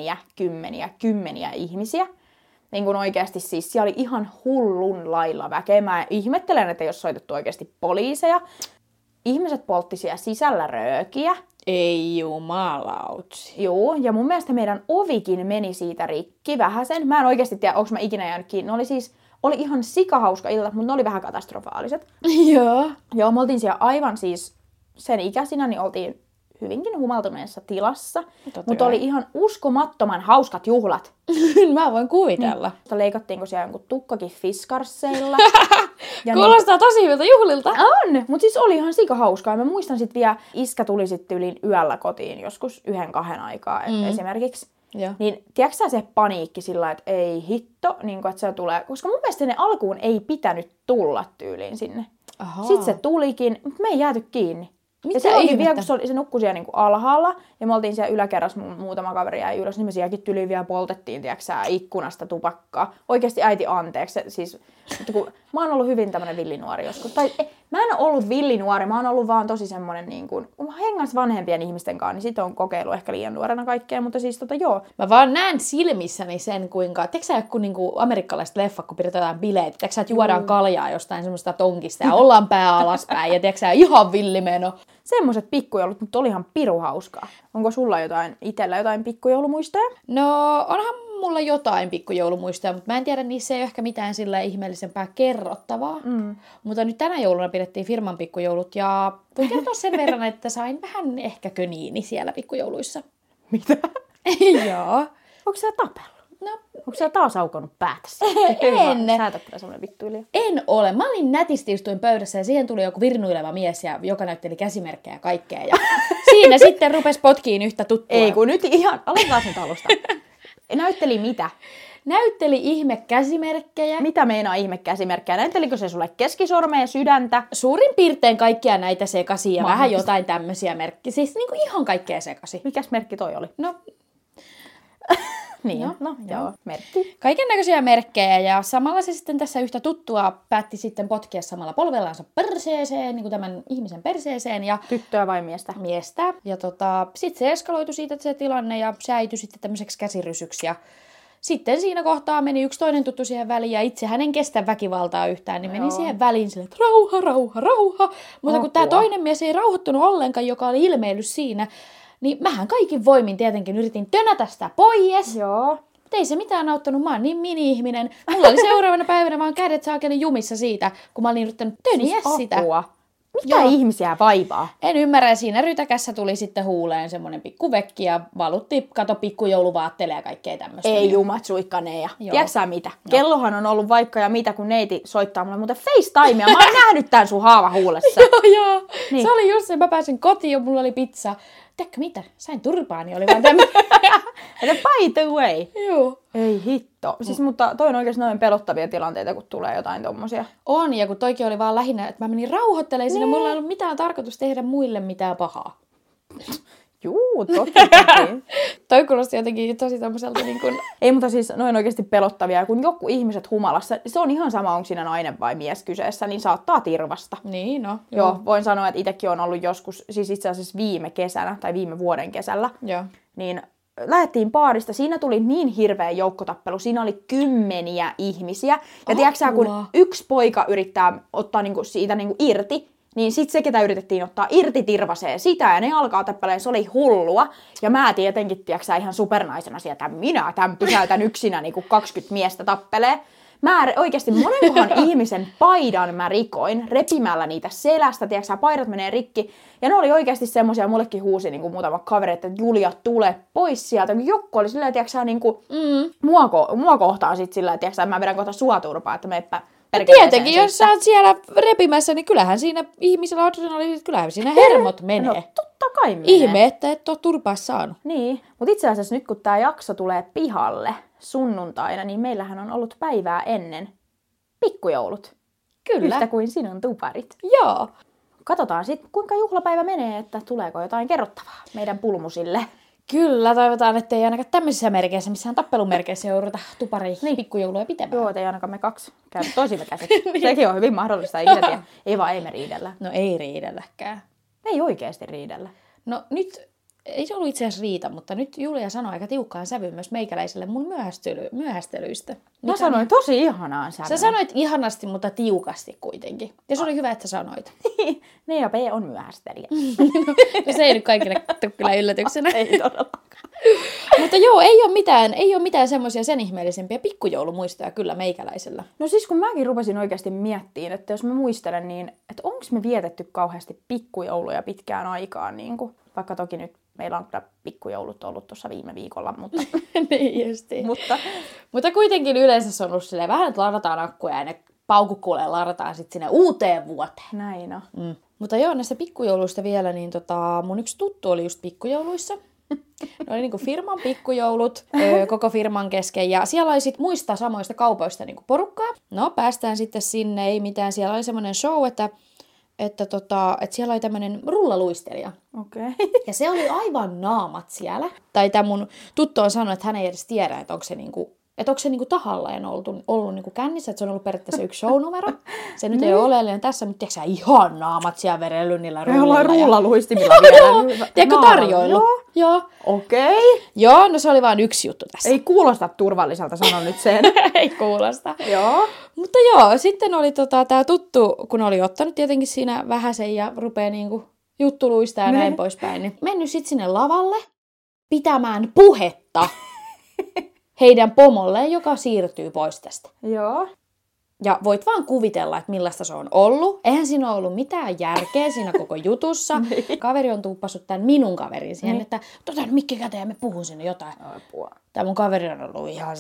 S2: kymmeniä ihmisiä. Niin kuin oikeasti siis, siellä oli ihan hullun lailla väkeä. Mä ihmettelen, että jos soitettu oikeasti poliiseja. Ihmiset poltti siellä sisällä röökiä.
S3: Ei jumalautsi.
S2: Joo, ja mun mielestä meidän ovikin meni siitä rikki vähäsen. Mä en oikeasti tiedä, onko mä ikinä jäänyt kiinni. Oli ihan sikahauska ilta, mutta ne oli vähän katastrofaaliset.
S3: Joo.
S2: Joo, me oltiin siellä aivan siis sen ikäisinä, niin oltiin hyvinkin humaltuneessa tilassa, mutta oli ihan uskomattoman hauskat juhlat.
S3: Mä voin kuvitella.
S2: Leikattiinko siellä jonkun tukkakin fiskarsseilla.
S3: Kuulostaa tosi hyviltä juhlilta.
S2: On, mutta siis oli ihan sikahauskaa. Mä muistan sitten vielä, iskä tuli sitten yöllä kotiin joskus 1-2 aikaa esimerkiksi.
S3: Ja.
S2: Niin tiedätkö sä se paniikki sillä, että ei hitto, niin kun, että se tulee. Koska mun mielestä ne alkuun ei pitänyt tulla tyyliin sinne.
S3: Ahaa.
S2: Sitten se tulikin, mutta me ei jääty kiinni.
S3: Mitä
S2: ja se oli
S3: ihmettä?
S2: vielä, kun se nukkui siellä niinku alhaalla, ja me oltiin siellä yläkerrassa, muutama kaveri jäi ylös, niin me sielläkin tyliin vielä poltettiin, tiedätkö, ikkunasta tupakkaa. Oikeasti äiti anteeksi, siis, mutta kun mä oon ollut hyvin tämmönen villinuori joskus. Tai mä en ole ollut villinuori, mä oon ollut vaan tosi semmonen, niin kuin, kun mä hengas vanhempien ihmisten kanssa, niin sit on kokeillut ehkä liian nuorena kaikkea, mutta siis joo.
S3: Mä vaan näen silmissäni sen, kuinka, tiedätkö sä joku niinku amerikkalaiset leffat, kun pidetään bileet, tiedätkö sä, että juodaan kaljaa jostain semmoista tonkista ja ollaan pää alaspäin ja tiedätkö sä, ihan villimeno.
S2: Semmoiset pikkujoulut, mutta oli ihan piru hauskaa. Onko sulla itsellä jotain pikkujoulumuistoja?
S3: No, onhan mulla jotain pikkujoulumuistoja, mutta mä en tiedä, niissä ei ole ehkä mitään sillä ihmeellisempää kerrottavaa. Mutta nyt tänä jouluna pidettiin firman pikkujoulut ja voin kertoa sen verran, että sain vähän ehkä köniini siellä pikkujouluissa.
S2: Mitä?
S3: Joo.
S2: Onko sä tapellut?
S3: No,
S2: Onko sä taas aukonut päätäsi?
S3: En.
S2: Sä et kyllä semmoinen vittuilija.
S3: en ole. Mä olin nätisti istuin pöydässä ja siihen tuli joku virnuileva mies, joka näytteli käsimerkkejä ja kaikkea. Ja siinä sitten rupesi potkiin yhtä tuttua.
S2: Ei kun nyt ihan, aloitetaan sen alusta. Näytteli mitä?
S3: Näytteli ihme käsimerkkejä.
S2: Mitä meinaa ihmekäsimerkkejä? Näyttelikö se sulle keskisormea, sydäntä?
S3: Suurin piirtein kaikkia näitä sekaisin ja vähän
S2: Mahdollista.
S3: jotain tämmöisiä merkkiä. Siis niinku ihan kaikkea sekaisin.
S2: Mikäs merkki toi oli?
S3: No,
S2: Niin, no joo, merkki.
S3: kaiken näköisiä merkkejä ja samalla se sitten tässä yhtä tuttua päätti sitten potkia samalla polvellansa perseeseen, niin kuin tämän ihmisen perseeseen ja
S2: Tyttöä vai miestä?
S3: miestä. Ja sitten se eskaloitui siitä se tilanne ja se äityi sitten tämmöiseksi käsirysyksi ja sitten siinä kohtaa meni yksi toinen tuttu siihen väliin ja itse hän en kestä väkivaltaa yhtään, niin meni siihen väliin silleen, että rauha, rauha, rauha. Mutta kun tämä toinen mies ei rauhoittunut ollenkaan, joka oli ilmeillyt siinä, niin mähän kaikin voimin tietenkin yritin tönätä sitä pois.
S2: Joo.
S3: Mutta ei se mitään auttanut, mä oon niin mini-ihminen. Mulla oli seuraavana päivänä vaan kädet saakeli jumissa siitä, kun mä olin yrittänyt töniä sitä.
S2: Apua. Mitä
S3: Joo.
S2: ihmisiä vaivaa?
S3: En ymmärrä, siinä rytäkässä tuli sitten huuleen semmonen pikku vekki ja valutti, kato pikkujouluvaatteille ja kaikkea tämmöistä.
S2: Ei jumat suikkaneja.
S3: Joo.
S2: Tiedätkö sä mitä? Kellohan on ollut vaikka ja mitä, kun neiti soittaa mulle muuten FaceTimea. Mä oon nähnyt tän sun haava huulessa.
S3: Joo.
S2: Niin.
S3: Se oli just se, mä pääsin kotiin ja mulla oli pizza. Tiedätkö mitä? Sain turpaani, oli vaan tämmöinen.
S2: Että by the way.
S3: Joo.
S2: Ei hitto. Siis, mutta toi on oikeasti noin pelottavia tilanteita, kun tulee jotain tommosia.
S3: On, ja kun toikin oli vaan lähinnä, että mä menin rauhoittelemaan siinä, mulla ei ollut mitään tarkoitus tehdä muille mitään pahaa.
S2: Juu, toki.
S3: Toi kuulosti jotenkin tosi tommoselta niin kuin...
S2: Ei, mutta siis noin oikeasti pelottavia. Kun joku ihmiset humalassa, se on ihan sama, onko siinä nainen vai mies kyseessä, niin saattaa tirvasta.
S3: Niin, no.
S2: Joo, voin sanoa, että itsekin on ollut joskus, siis itse asiassa viime kesänä tai viime vuoden kesällä,
S3: Joo.
S2: niin lähdettiin baarista. Siinä tuli niin hirveä joukkotappelu. Siinä oli 10 ihmisiä. Ja tiedätkö sä, kun yksi poika yrittää ottaa niinku siitä niinku irti, niin sit se, ketä yritettiin ottaa irti, tirvasee sitä ja ne alkaa tappeleen. Se oli hullua. Ja mä tietenkin, tiedätkö sä, ihan supernaisena sieltä, minä tämän pysäytän yksinä, niin kuin 20 miestä tappelee. Mä oikeasti monenkohan ihmisen paidan mä rikoin repimällä niitä selästä, tiedätkö sä, paidat menee rikki. Ja ne oli oikeasti semmosia, mullekin huusi niin kuin muutama kaveri, että Julia, tule pois sieltä. Jokko oli silleen, tiedätkö sä, niin kuin, mua kohtaan sit silleen, tiedätkö sä, että mä vedän kohta sua turpaa, että meppä perkeleeseen.
S3: Tietenkin, jos sä oot siellä repimässä, niin kyllähän siinä ihmisellä adrenaliinit, kyllähän siinä hermot menee.
S2: No totta kai menee.
S3: Ihme, että et oo turpaa saanut.
S2: Niin, mutta itse asiassa nyt kun tää jakso tulee pihalle sunnuntaina, niin meillähän on ollut päivää ennen pikkujoulut.
S3: Kyllä.
S2: Yhtä kuin sinun tuparit.
S3: Joo.
S2: Katsotaan sitten, kuinka juhlapäivä menee, että tuleeko jotain kerrottavaa meidän pulmusille.
S3: Kyllä, toivotaan, ettei ainakaan tämmöisissä merkeissä, missään tappelumerkeissä jouduta tupariin pikkujouluja pitämään.
S2: Joo, ei ainakaan me kaksi käydä toisimme käsin. Sekin on hyvin mahdollista, ei tiedä. Ei vaan, ei me riidellä.
S3: No ei riidelläkään.
S2: Ei oikeasti riidellä.
S3: No nyt, ei se ollut itse asiassa riita, mutta nyt Julia sanoi aika tiukkaan sävyyn myös meikäläiselle mun myöhästelyistä.
S2: Mä sanoin tosi ihanaan sävyyn.
S3: Sä sanoit ihanasti, mutta tiukasti kuitenkin. Ja se oli hyvä, että sä sanoit.
S2: Ne ja B on myöhästelijä.
S3: No se ei nyt kaikille tule kyllä yllätyksenä.
S2: Ei todellakaan.
S3: Mutta joo, ei ole mitään semmoisia sen ihmeellisempiä pikkujoulumuistoja kyllä meikäläisellä.
S2: No siis kun mäkin rupesin oikeasti miettimään, että jos mä muistelen niin, että onko me vietetty kauheasti pikkujouluja pitkään aikaan, niin kuin, vaikka toki nyt meillä on kyllä pikkujoulut ollut tuossa viime viikolla, mutta...
S3: Niin justiin.
S2: mutta...
S3: Mutta kuitenkin yleensä se on ollut silleen vähän, että ladataan akkuja ja ne paukukkuuleen ladataan sitten sinne uuteen vuoteen.
S2: Näin on.
S3: Mutta joo, näistä pikkujouluista vielä, niin mun yksi tuttu oli just pikkujouluissa. Ne oli niinku firman pikkujoulut koko firman kesken ja siellä oli sit muista samoista kaupoista niinku porukkaa. No päästään sitten sinne, ei mitään. Siellä oli semmoinen show, että siellä oli tämmöinen rullaluistelija.
S2: Okei.
S3: Ja se oli aivan naamat siellä. Tai tämä mun tuttu on sanonut, että hän ei edes tiedä, että onko se niinku tahalleen ollut niinku kännissä, että se on ollut periaatteessa yksi show-numero. Se nyt ei ole oleellinen tässä, mutta tiedätkö sä, ihan naamat siellä verellyt niillä rullilla.
S2: Me ollaan rullaluistimilla vielä.
S3: Tiedätkö, tarjoilu? Joo.
S2: Okei.
S3: Joo, no se oli vain yksi juttu tässä.
S2: Ei kuulosta turvalliselta, sanon nyt sen.
S3: Ei kuulosta.
S2: Joo.
S3: Mutta joo, sitten oli tää tuttu, kun oli ottanut tietenkin siinä vähäsen ja rupeaa niinku juttuluista ja näin poispäin, niin mennyt sitten sinne lavalle pitämään puhetta heidän pomolleen, joka siirtyy pois tästä.
S2: Joo.
S3: Ja voit vaan kuvitella, että millaista se on ollut. Eihän siinä ole ollut mitään järkeä siinä koko jutussa. Kaveri on tuuppassut tämän minun kaverin siihen, että mikki käteen ja me puhun sinne jotain. Tämä mun kaveri on ollut ihan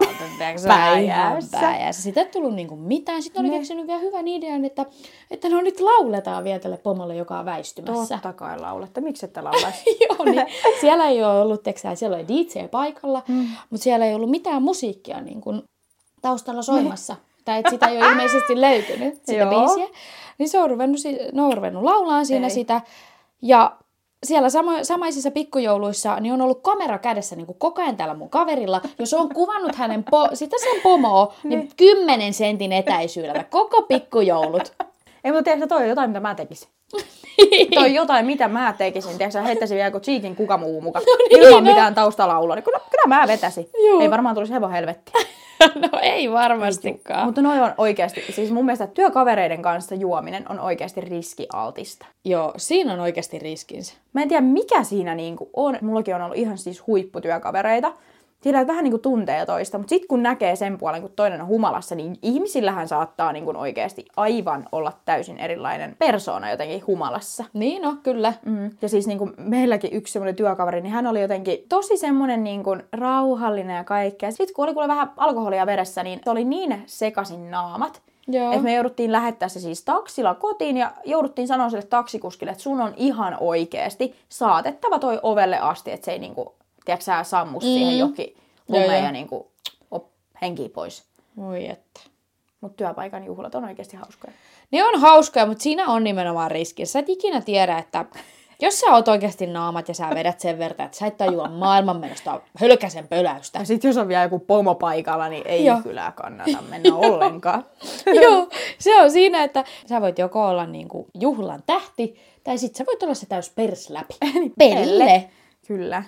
S3: sellainen pääjässä. Sitten ei tullut niinku mitään. Sitten oli keksinyt vielä hyvän idean, että no nyt lauletaan vielä tälle pomolle, joka on väistymässä.
S2: Totta kai laulette. Miksi ette laulaisi?
S3: Joo, niin siellä ei ole ollut, siellä oli DJ paikalla, mutta siellä ei ollut mitään musiikkia niin kuin taustalla soimassa. Tai että sitä ei ole ilmeisesti löytynyt, sitä biisiä. Niin se on ruvennut laulaan siinä sitä. Ja siellä samaisissa pikkujouluissa niin on ollut kamera kädessä niin kuin koko ajan täällä mun kaverilla. Jos on kuvannut hänen sitä sen pomoa, niin 10 sentin etäisyydellä. Koko pikkujoulut.
S2: Ei, mutta tiedätkö, toi on jotain, mitä mä tekisin. Toi on jotain, mitä mä tekisin. Tiedätkö, heittäisin vielä joku Cheekin kukamuu mukaan. Ilman mitään taustalaulua. Niin kyllä mä vetäisin. Joo. Ei varmaan tulisi hevon helvettiä.
S3: No ei varmastikaan.
S2: Mutta noi on oikeasti, siis mun mielestä työkavereiden kanssa juominen on oikeasti riskialtista.
S3: Joo, siinä on oikeasti riskinsä.
S2: Mä en tiedä mikä siinä niinku on. Mullakin on ollut ihan siis huipputyökavereita. Tiedän, että vähän niinku tuntee toista, mutta sitten kun näkee sen puolen, kun toinen on humalassa, niin ihmisillähän saattaa niinku oikeasti aivan olla täysin erilainen persoona jotenkin humalassa.
S3: Niin, no kyllä.
S2: Ja siis niinku meilläkin yksi semmoinen työkaveri, niin hän oli jotenkin tosi semmoinen niinku rauhallinen ja kaikkea. Sitten kun oli kuule vähän alkoholia veressä, niin se oli niin sekaisin naamat, että me jouduttiin lähettää se siis taksilla kotiin ja jouduttiin sanoa sille taksikuskille, että sun on ihan oikeasti saatettava toi ovelle asti, että se ei niinku... Tiedätkö sä sammus siihen jokin lumeen ja niinku henkiä pois.
S3: Voi että.
S2: Mut työpaikan juhlat on oikeasti hauskoja.
S3: Ne on hauskoja, mutta siinä on nimenomaan riski. Sä et ikinä tiedä, että jos sä oot oikeasti naamat ja sä vedät sen verran, että sä et tajua maailmanmenosta hölkäsen pöläystä.
S2: Ja sit jos on vielä joku pomo paikalla, niin ei kyllä kannata mennä ollenkaan.
S3: Joo, se on siinä, että sä voit joko olla niinku juhlan tähti, tai sit sä voit olla se täys persläpi. Pelle.
S2: Kyllä.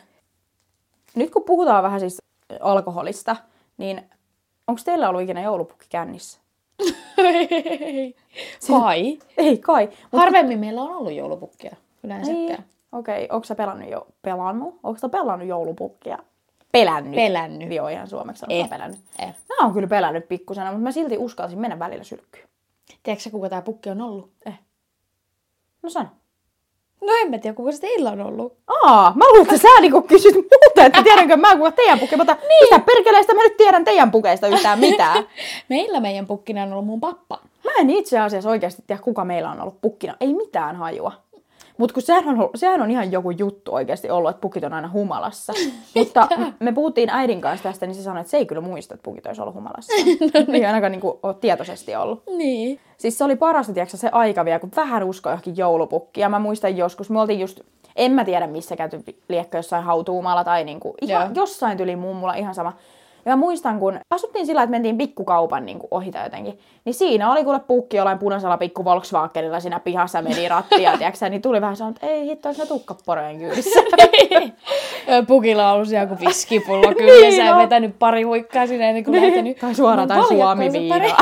S2: Nyt kun puhutaan vähän siis alkoholista, niin onko teillä ollut ikinä joulupukki kännissä?
S3: Kai.
S2: Ei kai.
S3: Harvemmin meillä on ollut joulupukkia yleensäkään.
S2: Okei. Onko sä pelannut joulupukkia? Pelännyt. Joo, ihan suomeksi sanotaan pelännyt. Mä oon kyllä pelännyt pikkusena, mutta mä silti uskalsin mennä välillä sylkkyyn.
S3: Tiedätkö sä, kuka tää pukki on ollut?
S2: No sano.
S3: No en mä tiedä, kuka se teillä on ollut.
S2: Mä luulen, että sä niinku kysyt muuta, että tiedänkö mä kuka teidän pukki. Mutta mistä perkeleistä mä nyt tiedän teidän pukeista yhtään mitään?
S3: Meidän pukkina on ollut mun pappa.
S2: Mä en itse asiassa oikeasti tiedä, kuka meillä on ollut pukkina. Ei mitään hajua. Mutta kun sehän on ihan joku juttu oikeasti ollut, että pukit on aina humalassa. Mutta me puhuttiin äidin kanssa tästä, niin se sanoi, että se ei kyllä muista, että pukit olisi ollut humalassa. Ei ainakaan niinku ole tietoisesti ollut.
S3: Niin.
S2: Siis se oli parasta, tiedätkö, se aika vielä, kun vähän uskoi johonkin joulupukkiin. Ja mä muistan joskus, me oltiin just, en mä tiedä missä käyty liekkö jossain hautuumalla tai niinku, ihan jossain tyli mummulla, ihan sama. Ja mä muistan, kun asuttiin sillä, että mentiin pikkukaupan niin ohi tai jotenkin, niin siinä oli kuule pukki jollain punaisella pikku Volkswagenilla siinä pihassa meni rattia, tiiäksä, niin tuli vähän sanoa, että ei hitto, olisi ne tukkaporojen kyydissä.
S3: Pukilla on ollut siellä joku viskipullo kyllä, sä vetänyt pari huikkaa sinne ennen kuin lähtenyt.
S2: Tai suoraan tai Suomi-viinaa.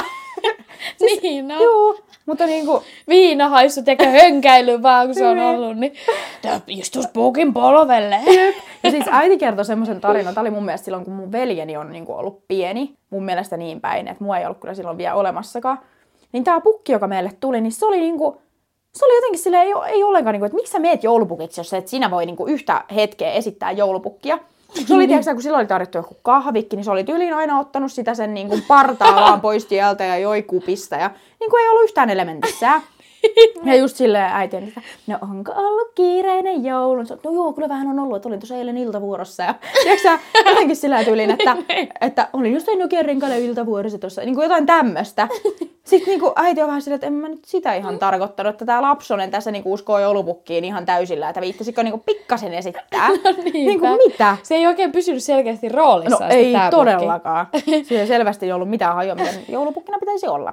S3: Niin, no.
S2: Joo, mutta niinku...
S3: Viinahaissut eikä hönkäily vaan, kun se on ollut, niin... Tää istus pukin polvelle.
S2: Ja siis äiti kertoi semmoisen tarinan, tää oli mun mielestä silloin, kun mun veljeni on niinku ollut pieni. Mun mielestä niin päin, että mua ei ollut kyllä silloin vielä olemassakaan. Niin tää pukki, joka meille tuli, niin se oli niinku... Se oli jotenkin silleen, ei ollenkaan niinku, että miksi sä meet joulupukiksi, jos et sinä voi niinku yhtä hetkeä esittää joulupukkia. Se oli, tiiäksä, kun silloin oli tarjottu joku kahvikki, niin se oli tyyliin aina ottanut sitä sen niin kuin partaa vaan pois tieltä ja joi kupista. Ja niin kuin ei ollut yhtään elementissä. Ja just silleen äiti, että no onko ollut kiireinen joulu? No joo, kyllä vähän on ollut, että olin tuossa eilen iltavuorossa. Ja tiiäksä, jotenkin sillä tyyliin, että olin just Nokian renkaille iltavuorossa tuossa. Niin kuin jotain tämmöistä. Sitten niin kuin äiti on vähän silleen, että en mä nyt sitä ihan tarkoittanut, että tää lapsonen tässä niin kuin uskoo joulupukkiin ihan täysillä, että viittasikö niin kuin pikkasen esittää. Niin kuin mitä?
S3: Se ei oikein pysynyt selkeästi roolissa.
S2: No ei todellakaan. Siinä selvästi ei ollut mitään hajua, mitä joulupukkina pitäisi olla.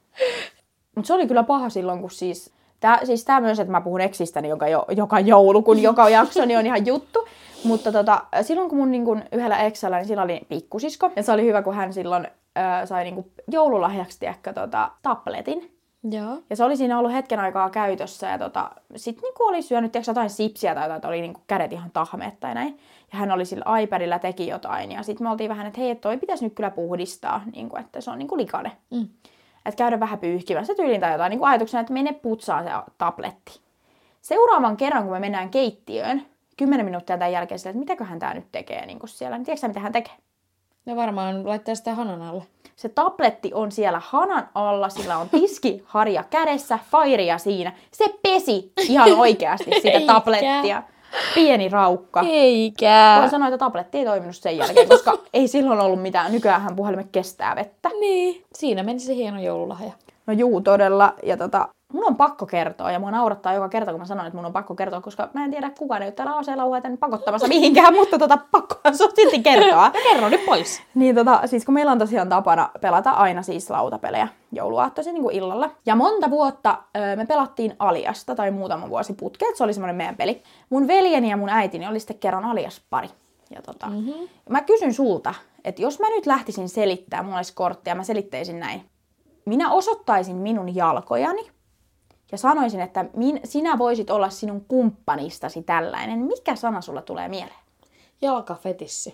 S2: Mutta se oli kyllä paha silloin, kun siis tämmöiset, että mä puhun eksistäni joka joulu, kun joka jakso, niin on ihan juttu. Mutta silloin kun mun niin kun yhdellä eksällä, niin sillä oli pikkusisko. Ja se oli hyvä, kun hän silloin sai niin kun joululahjaksi tabletin.
S3: Joo.
S2: Ja se oli siinä ollut hetken aikaa käytössä. Ja sit niin oli syönyt jotain sipsiä tai jotain, että oli niin kädet ihan tahmeet tai näin. Ja hän oli sillä iPadilla teki jotain. Ja sitten me oltiin vähän, että hei, toi pitäisi nyt kyllä puhdistaa, niin kun, että se on niin kuin likainen. että käydä vähän pyyhkimässä tyyliin tai jotain niin kuin ajatuksena, että mene putsaa se tabletti. Seuraavan kerran, kun me mennään keittiöön, 10 minuuttia tämän jälkeen sille, että mitäköhän tää nyt tekee niin kuin siellä, niin tiedätkö mitä hän tekee?
S3: No varmaan laittaa sitä hanan alle.
S2: Se tabletti on siellä hanan alla, sillä on tiskiharja kädessä, fairia siinä. Se pesi ihan oikeasti sitä tablettia. Pieni raukka.
S3: Eikä.
S2: Voin sanoa, että tabletti ei toiminut sen jälkeen, koska ei silloin ollut mitään. Nykyäänhän puhelimet kestää vettä.
S3: Niin. Siinä meni se hieno joululahja.
S2: No juu, todella. Ja mun on pakko kertoa, ja mua naurattaa joka kerta, kun mä sanon, että mun on pakko kertoa, koska mä en tiedä, kukaan ei ole täällä aseelauheita pakottamassa mihinkään, mutta pakkohan se on silti kertoa.
S3: No kerro nyt pois.
S2: Niin siis kun meillä on tosiaan tapana pelata aina siis lautapelejä jouluaattoisin niin kuin illalla. Ja monta vuotta me pelattiin Aliasta, tai muutama vuosi putkeen, se oli semmoinen meidän peli. Mun veljeni ja mun äitini oli sitten kerran Alias-pari. Ja mä kysyn sulta, että jos mä nyt lähtisin selittämään, mulla olisi korttia, mä selittäisin näin. Minä osoittaisin minun jalkojani ja sanoisin, että sinä voisit olla sinun kumppanistasi tällainen. Mikä sana sulla tulee mieleen?
S3: Jalkafetissi.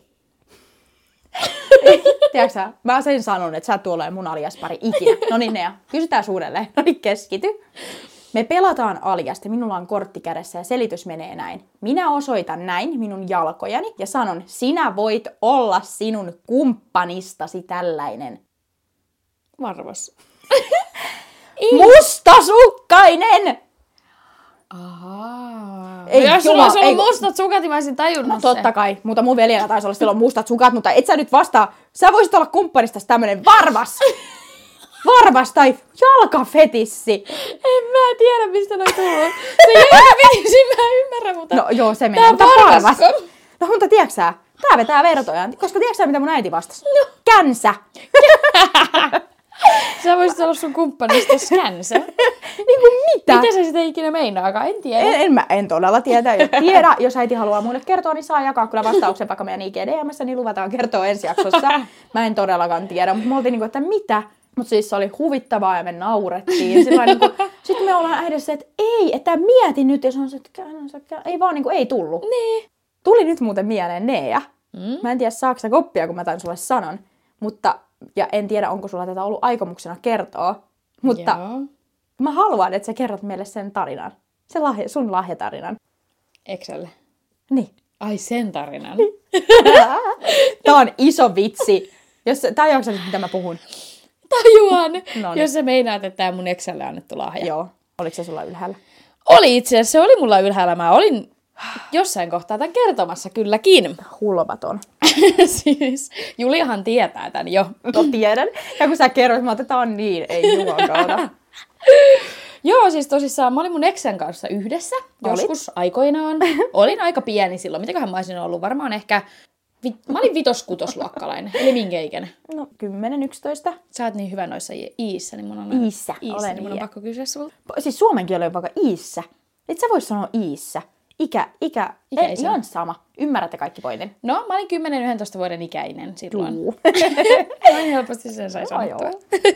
S2: Tiedätkö mä sen sanon, että sä et tuolla mun Alias-pari ikinä. No niin, Nea, kysytään uudelleen. No niin, keskity. Me pelataan Aliasta, minulla on kortti kädessä ja selitys menee näin. Minä osoitan näin minun jalkojani ja sanon, sinä voit olla sinun kumppanistasi tällainen.
S3: Varvas.
S2: Mustasukkainen!
S3: Ahaa.
S2: Ei,
S3: jos sulla olisi ollut mustat sukat, niin mä olisin tajunnut
S2: no, totta kai, mutta mun veljellä taisi olla silloin mustat sukat, mutta et sä nyt vastaa. Sä voisit olla kumppanistasi tämmönen varvas. Varvas tai jalkafetissi.
S3: En mä tiedä, mistä ne tullut. Se jalkafetissi mä ymmärrän, mutta...
S2: No joo, se menee, mutta varvas. No mutta tiedätkö sä, tää vetää vertoja, koska tiedätkö sä, mitä mun äiti vastasi? No. Känsä.
S3: Sä voisit olla sun kumppanista känsä.
S2: Niin kuin mitä?
S3: Mitä se sitten ikinä meinaakaan? En tiedä.
S2: En todella tiedä. Jos äiti haluaa muille kertoa, niin saa jakaa kyllä vastauksen vaikka meidän IGDM:ssä, niin luvataan kertoa ensi jaksossa. Mä en todellakaan tiedä, mutta me oltiin niinku, että mitä? Mutta siis se oli huvittavaa ja me naurettiin. Niinku, sitten me ollaan äidessä, että ei, että mieti nyt. Ja se on se, että ei vaan niinku, ei tullut.
S3: Niin.
S2: Tuli nyt muuten mieleen Nea. Mä en tiedä, saako sä koppia, kun mä tämän sulle sanon. Mutta, ja en tiedä, onko sulla tätä ollut aikomuksena kertoa. Mutta
S3: joo.
S2: Mä haluan, että sä kerrot meille sen tarinan. Sun lahjatarinan.
S3: Excelle.
S2: Niin.
S3: Ai sen tarinan.
S2: Tää on iso vitsi. Tajuatko nyt, mitä mä puhun?
S3: Tajuan.
S2: Noniin.
S3: Jos sä meinaat, että tää mun Excelle annettu lahja.
S2: Joo. Oliko se sulla ylhäällä?
S3: Oli itse asiassa, se oli mulla ylhäällä. Mä olin jossain kohtaa tämän kertomassa kylläkin.
S2: Hulvaton.
S3: Siis Juliahan tietää tän jo.
S2: No tiedän. Ja kun sä kerroit, mä oon, että tää on niin, ei juokauta.
S3: Joo, siis tosissaan mä olin mun eksän kanssa yhdessä. Joskus aikoinaan. Olin aika pieni silloin. Mitäköhän mä olisin ollut? Varmaan ehkä... Mä olin 5-6-luokkalainen. Eli minkä ikäinen?
S2: No 10-11.
S3: Sä oot niin hyvä noissa iissä, niin mun on...
S2: Iissä, olen
S3: niin mun on pakko kysyä sulta.
S2: Siis suomen kieli on vaikka iissä. Et sä vois sanoa iissä. Ikä ei, ihan sama. Ymmärrätte kaikki pointin.
S3: No, mä olin 10-11 vuoden ikäinen silloin. Noin helposti sen sai sanottua.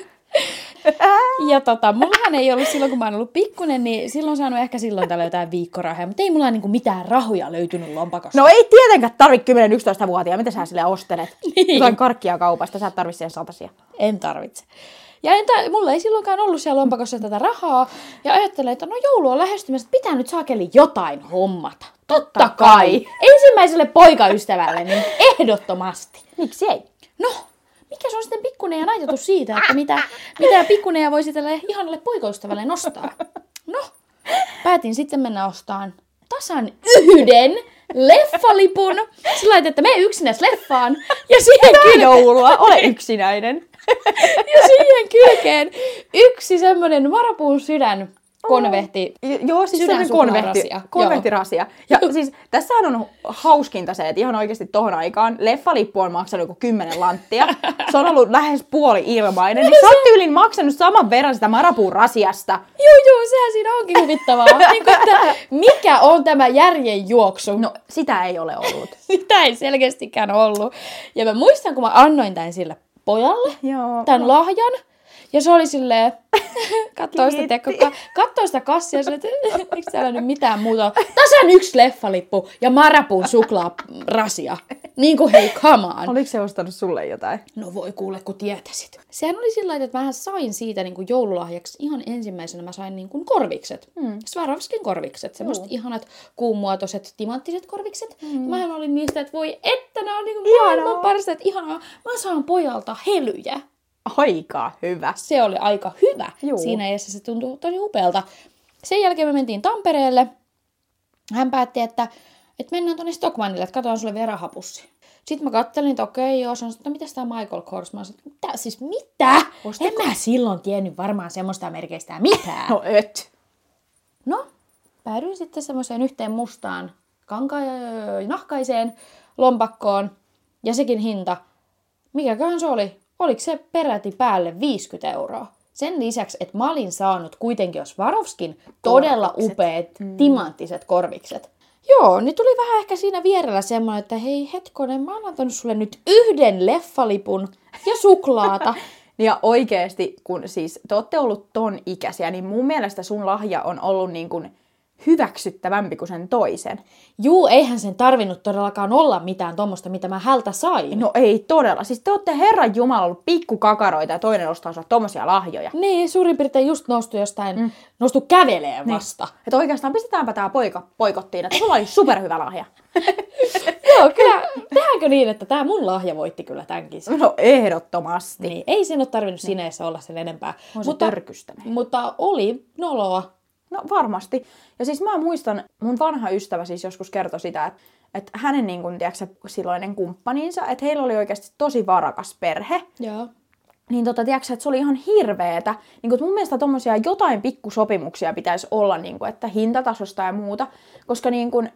S3: Ja mullahan ei ollut silloin, kun mä oon ollut pikkunen, niin silloin saanut ehkä silloin tällä jotain viikkorahoja, mutta ei mulla niinku mitään rahoja löytynyt lompakosta.
S2: No ei tietenkään tarvitse 10-11-vuotiaan. Mitä sä sille ostelet?
S3: Niin.
S2: Jotain karkkia kaupasta, sä et tarvitse siihen satasia.
S3: En tarvitse. Ja mulla ei silloinkaan ollut siellä lompakossa tätä rahaa. Ja ajattelin, että no joulu on lähestymässä, että pitää nyt saakeli jotain hommata. Totta kai. Ensimmäiselle poikaystävälle, niin ehdottomasti.
S2: Miksi ei?
S3: No, mikä se on sitten pikkunejan ajatus siitä, että mitä pikkuneja voisi tälle ihanalle poikaystävälle nostaa? No, päätin sitten mennä ostamaan tasan yhden leffalipun. Sillä lailla, että mene yksinäs leffaan. Ja siihen
S2: joulua, ole yksinäinen.
S3: Ja siihen kylkeen yksi semmonen varapuun sydän konvehti.
S2: Joo, siis se konvehtirasia. Ja siis tässähän on hauskinta se, että ihan oikeasti tohon aikaan leffalippu on maksanut joku 10 lanttia. Se on ollut lähes puoli ilmainen. Niin sä oot tyylin maksanut saman verran sitä marapuun rasiasta.
S3: Joo, sehän siinä onkin huvittavaa. Niin kuin, että mikä on tämä järjen juoksu?
S2: No, sitä ei ole ollut.
S3: Sitä ei selkeästikään ollut. Ja mä muistan, kun mä annoin tämän sille pojalle, tämän lahjan. Ja se oli silleen, Katsoo sitä kassia ja että eikö täällä nyt mitään muuta. Tasan 1 leffalippu ja Marabun suklaarasia. Niin kuin hei, come on.
S2: Oliko se ostanut sulle jotain?
S3: No voi kuule, kun tietäisit. Sehän oli sillä lailla, että mä sain siitä niin kuin joululahjaksi ihan ensimmäisenä mä sain niin kuin korvikset. Swarovskin korvikset. Semmoiset ihanat kuumuotoiset, timanttiset korvikset. Mähän olin niistä, että voi että nää on niin kuin maailman parasta, että ihanaa. Mä saan pojalta helyjä.
S2: Aika hyvä.
S3: Se oli aika hyvä.
S2: Juu.
S3: Siinä iässä se tuntui tosi upealta. Sen jälkeen me mentiin Tampereelle. Hän päätti, että mennään tuonne Stockmannille, että katsotaan sulle vielä rahapussi. Sitten mä kattelin, että okei, joo, sanoin, että mitäs tää Michael Kors? Mä sanoin, että mitä? En mä silloin tiennyt varmaan semmoista merkeistä mitään.
S2: No et.
S3: No, päädyin sitten semmoiseen yhteen mustaan nahkaiseen lompakkoon. Ja sekin hinta, mikäköhän se oli? Oliko se peräti päälle 50 €? Sen lisäksi, että mä olin saanut kuitenkin Swarovskin todella upeat timanttiset korvikset. Joo, niin tuli vähän ehkä siinä vierellä semmoinen, että hei hetkonen, mä oon antanut sulle nyt 1 leffalipun ja suklaata.
S2: Ja oikeesti, kun siis te ootte ollut ton ikäisiä, niin mun mielestä sun lahja on ollut niin kuin hyväksyttävämpi kuin sen toisen.
S3: Juu, eihän sen tarvinnut todellakaan olla mitään tommosta, mitä mä hältä sain.
S2: No ei todella. Siis te ootte Herran Jumala ollut pikkukakaroita ja toinen ostaa sulle tommosia lahjoja.
S3: Niin, suurin piirtein just noustu jostain, noustu käveleen vasta.
S2: Niin. Että oikeastaan pistetäänpä tää poikottiin, että sulla oli superhyvä lahja.
S3: Joo, kyllä. Tehdäänkö niin, että tää mun lahja voitti kyllä tämänkin?
S2: No ehdottomasti.
S3: Niin, ei sen ole tarvinnut sineessä olla sen enempää.
S2: On se törkystäinen.
S3: Mutta oli noloa.
S2: No varmasti. Ja siis mä muistan, mun vanha ystävä siis joskus kertoi sitä, että hänen niin kun, tiedätkö, silloinen kumppaninsa, että heillä oli oikeasti tosi varakas perhe.
S3: Joo.
S2: Niin tiedätkö, että se oli ihan hirveetä. Niin kun, mun mielestä tommosia jotain pikkusopimuksia pitäisi olla, niin kun, että hintatasosta ja muuta. Koska niin kun,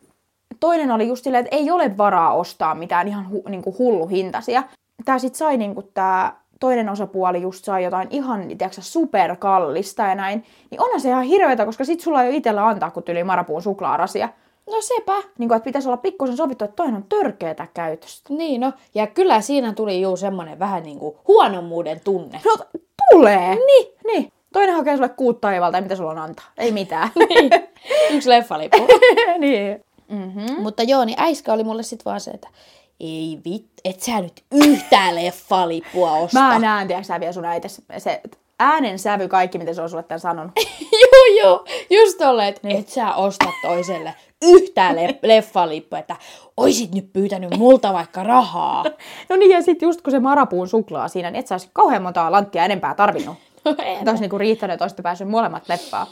S2: toinen oli just silleen, että ei ole varaa ostaa mitään ihan niin kun hulluhintaisia. Tää sit sai niin kun, tää toinen osapuoli just sai jotain ihan, tiedätkö, superkallista ja näin, niin onhan se ihan hirveetä, koska sit sulla ei ole itsellä antaa, kun tyli Marapuun suklaarasia.
S3: No sepä.
S2: Niin kuin, että pitäisi olla pikkusen sovittu, että toinen on törkeetä käytöstä.
S3: Niin no, ja kyllä siinä tuli juu semmonen vähän niinku huonommuuden tunne.
S2: No tulee! Niin. Toinen hakee sulle kuut taivalta, ja mitä sulla on antaa? Ei mitään.
S3: Niin. 1 leffalippu.
S2: Niin.
S3: Mutta joo, niin äiskä oli mulle sit vaan se, että ei et sä nyt yhtään leffalippua osta.
S2: Mä näen, tiedätkö sä vielä sun äites, se äänen sävy, kaikki mitä se on sulle tämän sanonut.
S3: Joo, just tolleen, että et sä osta toiselle yhtään leffalippua, että oisit nyt pyytänyt multa vaikka rahaa.
S2: No niin, ja sit just kun se Marapuun suklaa siinä, niin et sä ois kauhean montaa lanttia enempää tarvinnut.
S3: No
S2: että ois niinku riittänyt, että oisitte päässyt molemmat leppaan.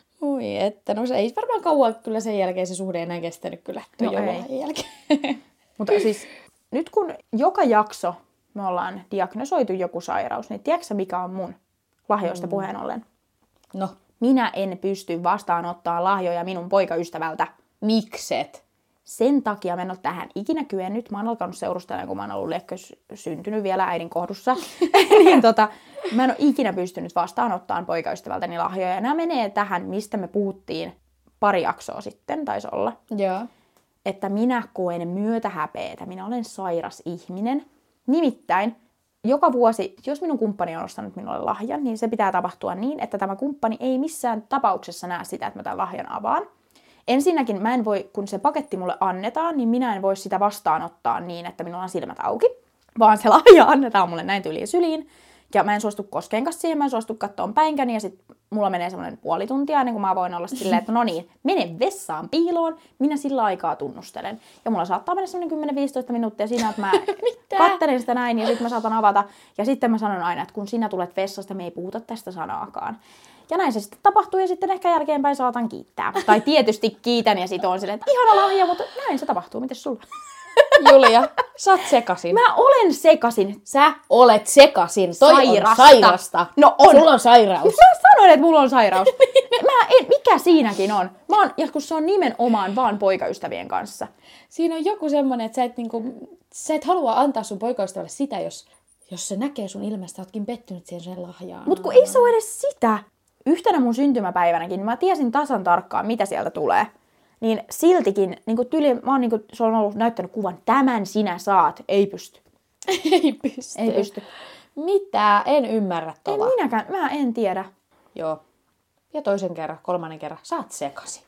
S3: Oi että, no se ei varmaan kauan kyllä sen jälkeen se suhde enää kestänyt kyllä joulun jälkeen.
S2: Mutta siis nyt kun joka jakso me ollaan diagnosoitu joku sairaus, niin tiedätkö mikä on mun lahjoista puheen ollen?
S3: No.
S2: Minä en pysty vastaanottaa lahjoja minun poikaystävältä.
S3: Mikset?
S2: Sen takia mä en ole tähän ikinä kyennyt. Mä oon alkanut seurustella, kun mä oon ollut syntynyt vielä äidin kohdussa. Niin mä en ole ikinä pystynyt vastaanottaan poikaystävältäni lahjoja. Ja nämä menee tähän, mistä me puhuttiin pari jaksoa sitten, taisi olla.
S3: Joo.
S2: Että minä koen myötähäpeetä. Minä olen sairas ihminen. Nimittäin joka vuosi, jos minun kumppani on ostanut minulle lahjan, niin se pitää tapahtua niin, että tämä kumppani ei missään tapauksessa näe sitä, että mä tämän lahjan avaan. Ensinnäkin mä en voi, kun se paketti mulle annetaan, niin minä en voi sitä vastaanottaa niin, että minulla on silmät auki. Vaan se lahja annetaan mulle näin tyyliin syliin. Ja mä en suostu koskeen siihen, mä en suostu kattoon päinkäni ja sit mulla menee semmoinen puoli tuntia ennen kuin mä voin olla silleen, että no niin, mene vessaan piiloon, minä sillä aikaa tunnustelen. Ja mulla saattaa mennä semmoinen 10-15 minuuttia siinä, että mä kattelen sitä näin ja sitten mä saatan avata. Ja sitten mä sanon aina, että kun sinä tulet vessasta, me ei puhuta tästä sanaakaan. Ja näin se sitten tapahtuu ja sitten ehkä jälkeenpäin saatan kiittää. Tai tietysti kiitän ja sit on silleen, että ihana lahja, mutta näin se tapahtuu. Mites sulla?
S3: Julia, sä oot sekasin.
S2: Mä olen sekasin.
S3: Sä olet sekasin. Toi
S2: Sairasta.
S3: on sairasta.
S2: No on.
S3: Sulla on sairaus.
S2: Mä sanoin, että mulla on sairaus. Mikä siinäkin on? Ja kun se on nimenomaan vaan poikaystävien kanssa.
S3: Siinä on joku semmonen, että sä et halua antaa sun poikaystävälle sitä, jos se näkee sun ilmestä, ootkin pettynyt siihen sen lahjaan.
S2: Mut kun ei se ole edes sitä. Yhtenä mun syntymäpäivänäkin mä tiesin tasan tarkkaan, mitä sieltä tulee. Niin siltikin, niin se on ollut näyttänyt kuvan, tämän sinä saat, ei pysty.
S3: Ei pysty.
S2: Ei pysty.
S3: Mitä? En ymmärrä
S2: En minäkään, mä en tiedä.
S3: Joo. Ja toisen kerran, kolmannen kerran, saat sekasi.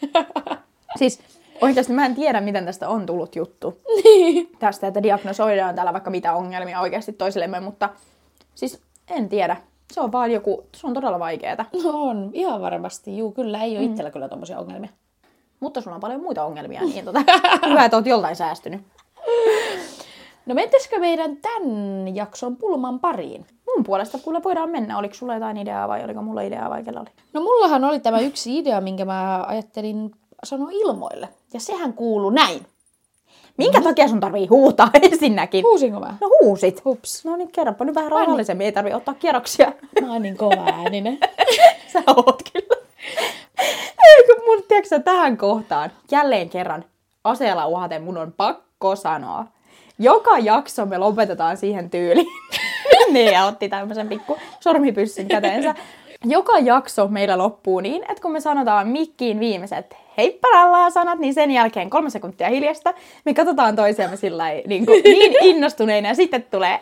S2: Siis oikeasti mä en tiedä, miten tästä on tullut juttu. Tästä, että diagnosoidaan täällä vaikka mitä ongelmia oikeasti toisillemme, mutta siis en tiedä. Se on vaan se on todella vaikeeta.
S3: No on, ihan varmasti. Juu, kyllä ei ole itsellä kyllä tommosia ongelmia.
S2: Mutta sulla on paljon muita ongelmia, niin hyvä, että oot joltain säästynyt.
S3: No mentäisikö meidän tämän jakson pulman pariin?
S2: Mun puolesta kuule voidaan mennä. Oliko sulla jotain ideaa vai oliko mulla ideaa vai kellä oli?
S3: No mullahan oli tämä yksi idea, minkä mä ajattelin sanoa ilmoille. Ja sehän kuuluu näin.
S2: Minkä takia sun tarvii huutaa ensinnäkin?
S3: Huusinko mä?
S2: No huusit.
S3: Hups.
S2: No niin, kerropa nyt vähän rauhallisemmin. Ei tarvii ottaa kierroksia.
S3: Mä oon niin kova ääninen.
S2: Sä oot kyllä. Eikö mun, tiedätkö tähän kohtaan, jälleen kerran aseella uhaten mun on pakko sanoa. Joka jakso me lopetetaan siihen tyyliin. Nea otti tämmöisen pikku sormipyssyn käteensä. Joka jakso meillä loppuu niin, että kun me sanotaan mikkiin viimeiset heipparallaa sanat, niin sen jälkeen 3 sekuntia hiljasta. Me katsotaan toisiamme sillai, niin innostuneina ja sitten tulee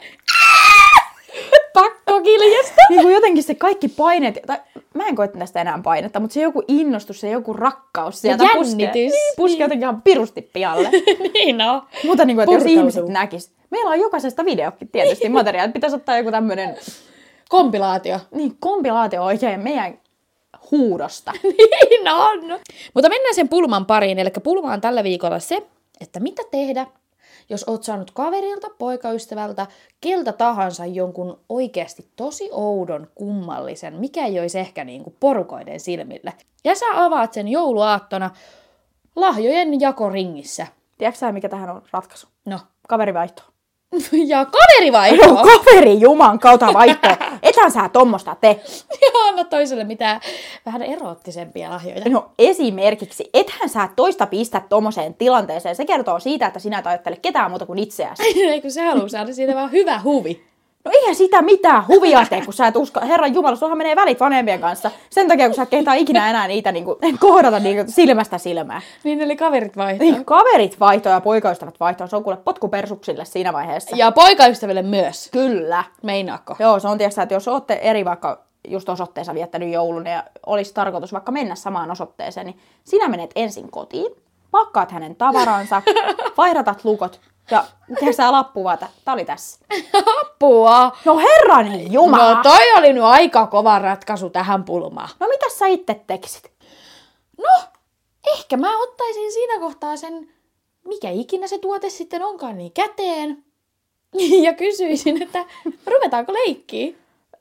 S2: pakko kiljasta. Niin kuin jotenkin se kaikki paineet, tai mä en koe tästä enää painetta, mutta se joku innostus, se joku rakkaus sieltä puskee jotenkin ihan pirusti pialle.
S3: Niin no.
S2: Mutta niin kuin, että jos ihmiset näkis. Meillä on jokaisesta videokin tietysti materiaalit. Pitäisi ottaa joku tämmönen
S3: kompilaatio.
S2: Niin, kompilaatio oikein meidän huudosta.
S3: Niin on. Mutta mennään sen pulman pariin. Eli pulma on tällä viikolla se, että mitä tehdä, jos oot saanut kaverilta, poikaystävältä, keltä tahansa jonkun oikeasti tosi oudon, kummallisen, mikä ei olisi ehkä niin kuin porukoiden silmille. Ja sä avaat sen jouluaattona lahjojen jakoringissä.
S2: Tiedätkö sä, mikä tähän on ratkaisu?
S3: No.
S2: Kaverivaihto.
S3: Ja kaverivaihto.
S2: Kaveri juman kautta vaihto. Ethän sä tommosta tee.
S3: Ja anna toiselle mitään vähän eroottisempia lahjoja.
S2: No esimerkiksi, ethän sä toista pistä tommoseen tilanteeseen. Se kertoo siitä, että sinä et ajattele ketään muuta kuin itseäsi.
S3: Eikö se halua saada siitä vaan hyvä huvi?
S2: No eihän sitä mitään huvia tee, kun sä et Herran Jumala, sunhan menee välit vanhempien kanssa. Sen takia, kun sä et kehtaa ikinä enää niitä kohdata silmästä silmään.
S3: Niin, eli kaverit vaihtoo.
S2: Niin, kaverit vaihtoo ja poikaystävät vaihtoo. Se on kuule potkupersuksille siinä vaiheessa.
S3: Ja poikaystäville myös.
S2: Kyllä.
S3: Meinaako?
S2: Joo, se on tietysti, että jos ootte eri vaikka just osoitteessa viettänyt joulun ja olisi tarkoitus vaikka mennä samaan osoitteeseen, niin sinä menet ensin kotiin, pakkaat hänen tavaransa, vaihdatat lukot ja tehdään lappuva, tää oli tässä.
S3: Apua!
S2: No herran jumala!
S3: No toi oli nyt aika kova ratkaisu tähän pulmaan.
S2: No mitä sä itse tekisit?
S3: No, ehkä mä ottaisin siinä kohtaa sen, mikä ikinä se tuote sitten onkaan, niin käteen. Ja kysyisin, että ruvetaanko leikkiä?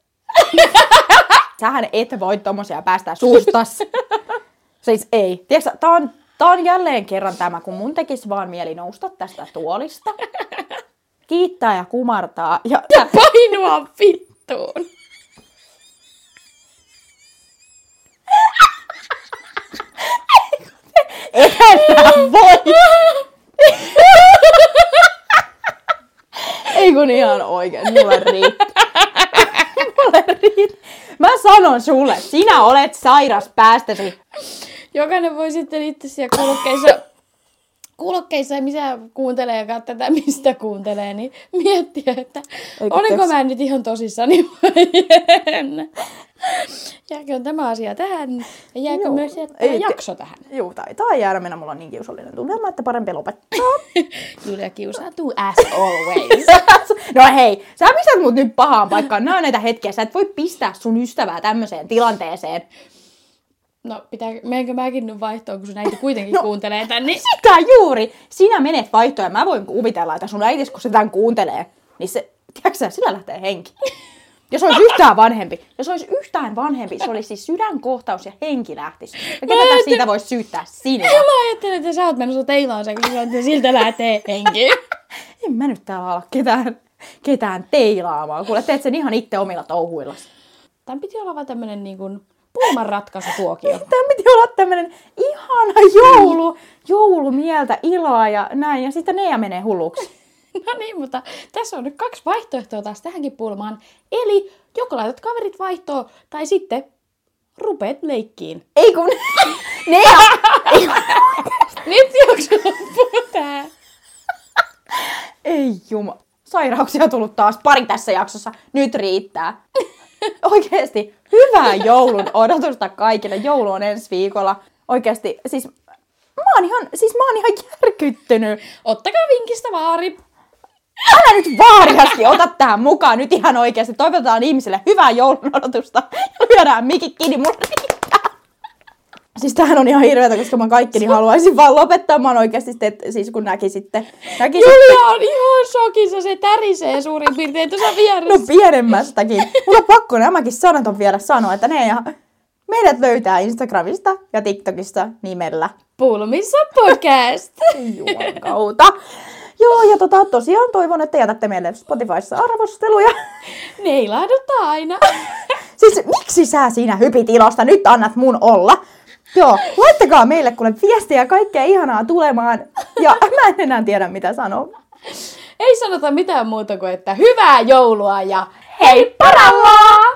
S2: Sähän et voi tommosia päästää suustas. Siis ei. Tiedätkö, tää on jälleen kerran tämä, kun mun tekis vaan mieli nousta tästä tuolista. Kiittää ja kumartaa. Ja
S3: painua vittuun.
S2: Eihän nää voi. Ei kun ihan oikein. Mulle riittää. Mä sanon sulle, sinä olet sairas päästäsi.
S3: Jokainen voi sitten itse siellä kuulokkeissa, missä kuuntelee ja tätä, mistä kuuntelee, niin miettiä, että olenko mä nyt ihan tosissani vai en. Jääkö tämä asia tähän ja jääkö myös jakso tähän?
S2: Joo, taitaa jäädä. Mulla on niin kiusallinen tunnelma, että parempi lopettaa.
S3: Julia kiusautuu as always.
S2: No hei, sä pistät mut nyt pahaan paikkaan. Nää on näitä hetkiä. Sä et voi pistää sun ystävää tämmöiseen tilanteeseen.
S3: No, menenkö mäkin nyt vaihtoon, kun sun äiti kuitenkin kuuntelee tän, niin...
S2: Sitä juuri! Sinä menet vaihtoon ja mä voin kuvitella, että sun äitis, kun se tämän kuuntelee, niin se, tiedätkö sillä lähtee henki. Jos olisi yhtään vanhempi, se olisi siis sydänkohtaus ja henki lähtisi. Ja ketä siitä voisi syyttää sinua?
S3: Mä ajattelin, että sä oot menossa teilaan sen, kun sanoit, että siltä lähtee henki.
S2: En mä nyt täällä ala ketään teilaamaan. Kuule, teet sen ihan itse omilla touhuillasi.
S3: Tän piti olla vaan tämmönen niin kuin pulmanratkaisutuokio.
S2: Tän piti olla tämmönen ihana joulumieltä, iloa ja näin. Ja sitten Nea menee hulluksi.
S3: No niin, mutta tässä on nyt 2 vaihtoehtoa taas tähänkin pulmaan. Eli joko laitat kaverit vaihtoon, tai sitten rupeat leikkiin.
S2: Ei kun... Nea!
S3: Nyt jakso loppuu tää.
S2: Ei juma. Sairauksia on tullut taas pari tässä jaksossa. Nyt riittää. Oikeesti, hyvää joulun odotusta kaikille. Joulu on ensi viikolla. Oikeesti, siis mä oon ihan järkyttynyt.
S3: Ottakaa vinkistä vaari.
S2: Älä nyt vaariasti ota tähän mukaan nyt ihan oikeesti. Toivotetaan ihmisille hyvää joulun odotusta ja lyödään mikit kiinni, mulla riittää. Siis tämähän on ihan hirveätä, koska mä kaikkini haluaisin vaan lopettaa. Mä oon oikeesti, siis kun näkisitte.
S3: Julia on ihan shokissa, se tärisee suurin piirtein tuossa vieressä.
S2: No pienemmästäkin. Mulla on pakko nämäkin sanat vielä sanoa, että meidät löytää Instagramista ja TikTokista nimellä
S3: Pulmissa podcast.
S2: Jumalan kautta. Joo, ja tosiaan toivon, että jätätte meille Spotifyssa arvosteluja.
S3: Ne ei laadutta aina.
S2: Siis miksi sä siinä hypit ilosta? Nyt annat mun olla. Joo, laittakaa meille kuule viestiä ja kaikkea ihanaa tulemaan. Ja mä en enää tiedä mitä sanoa.
S3: Ei sanota mitään muuta kuin, että hyvää joulua ja heipparallaa!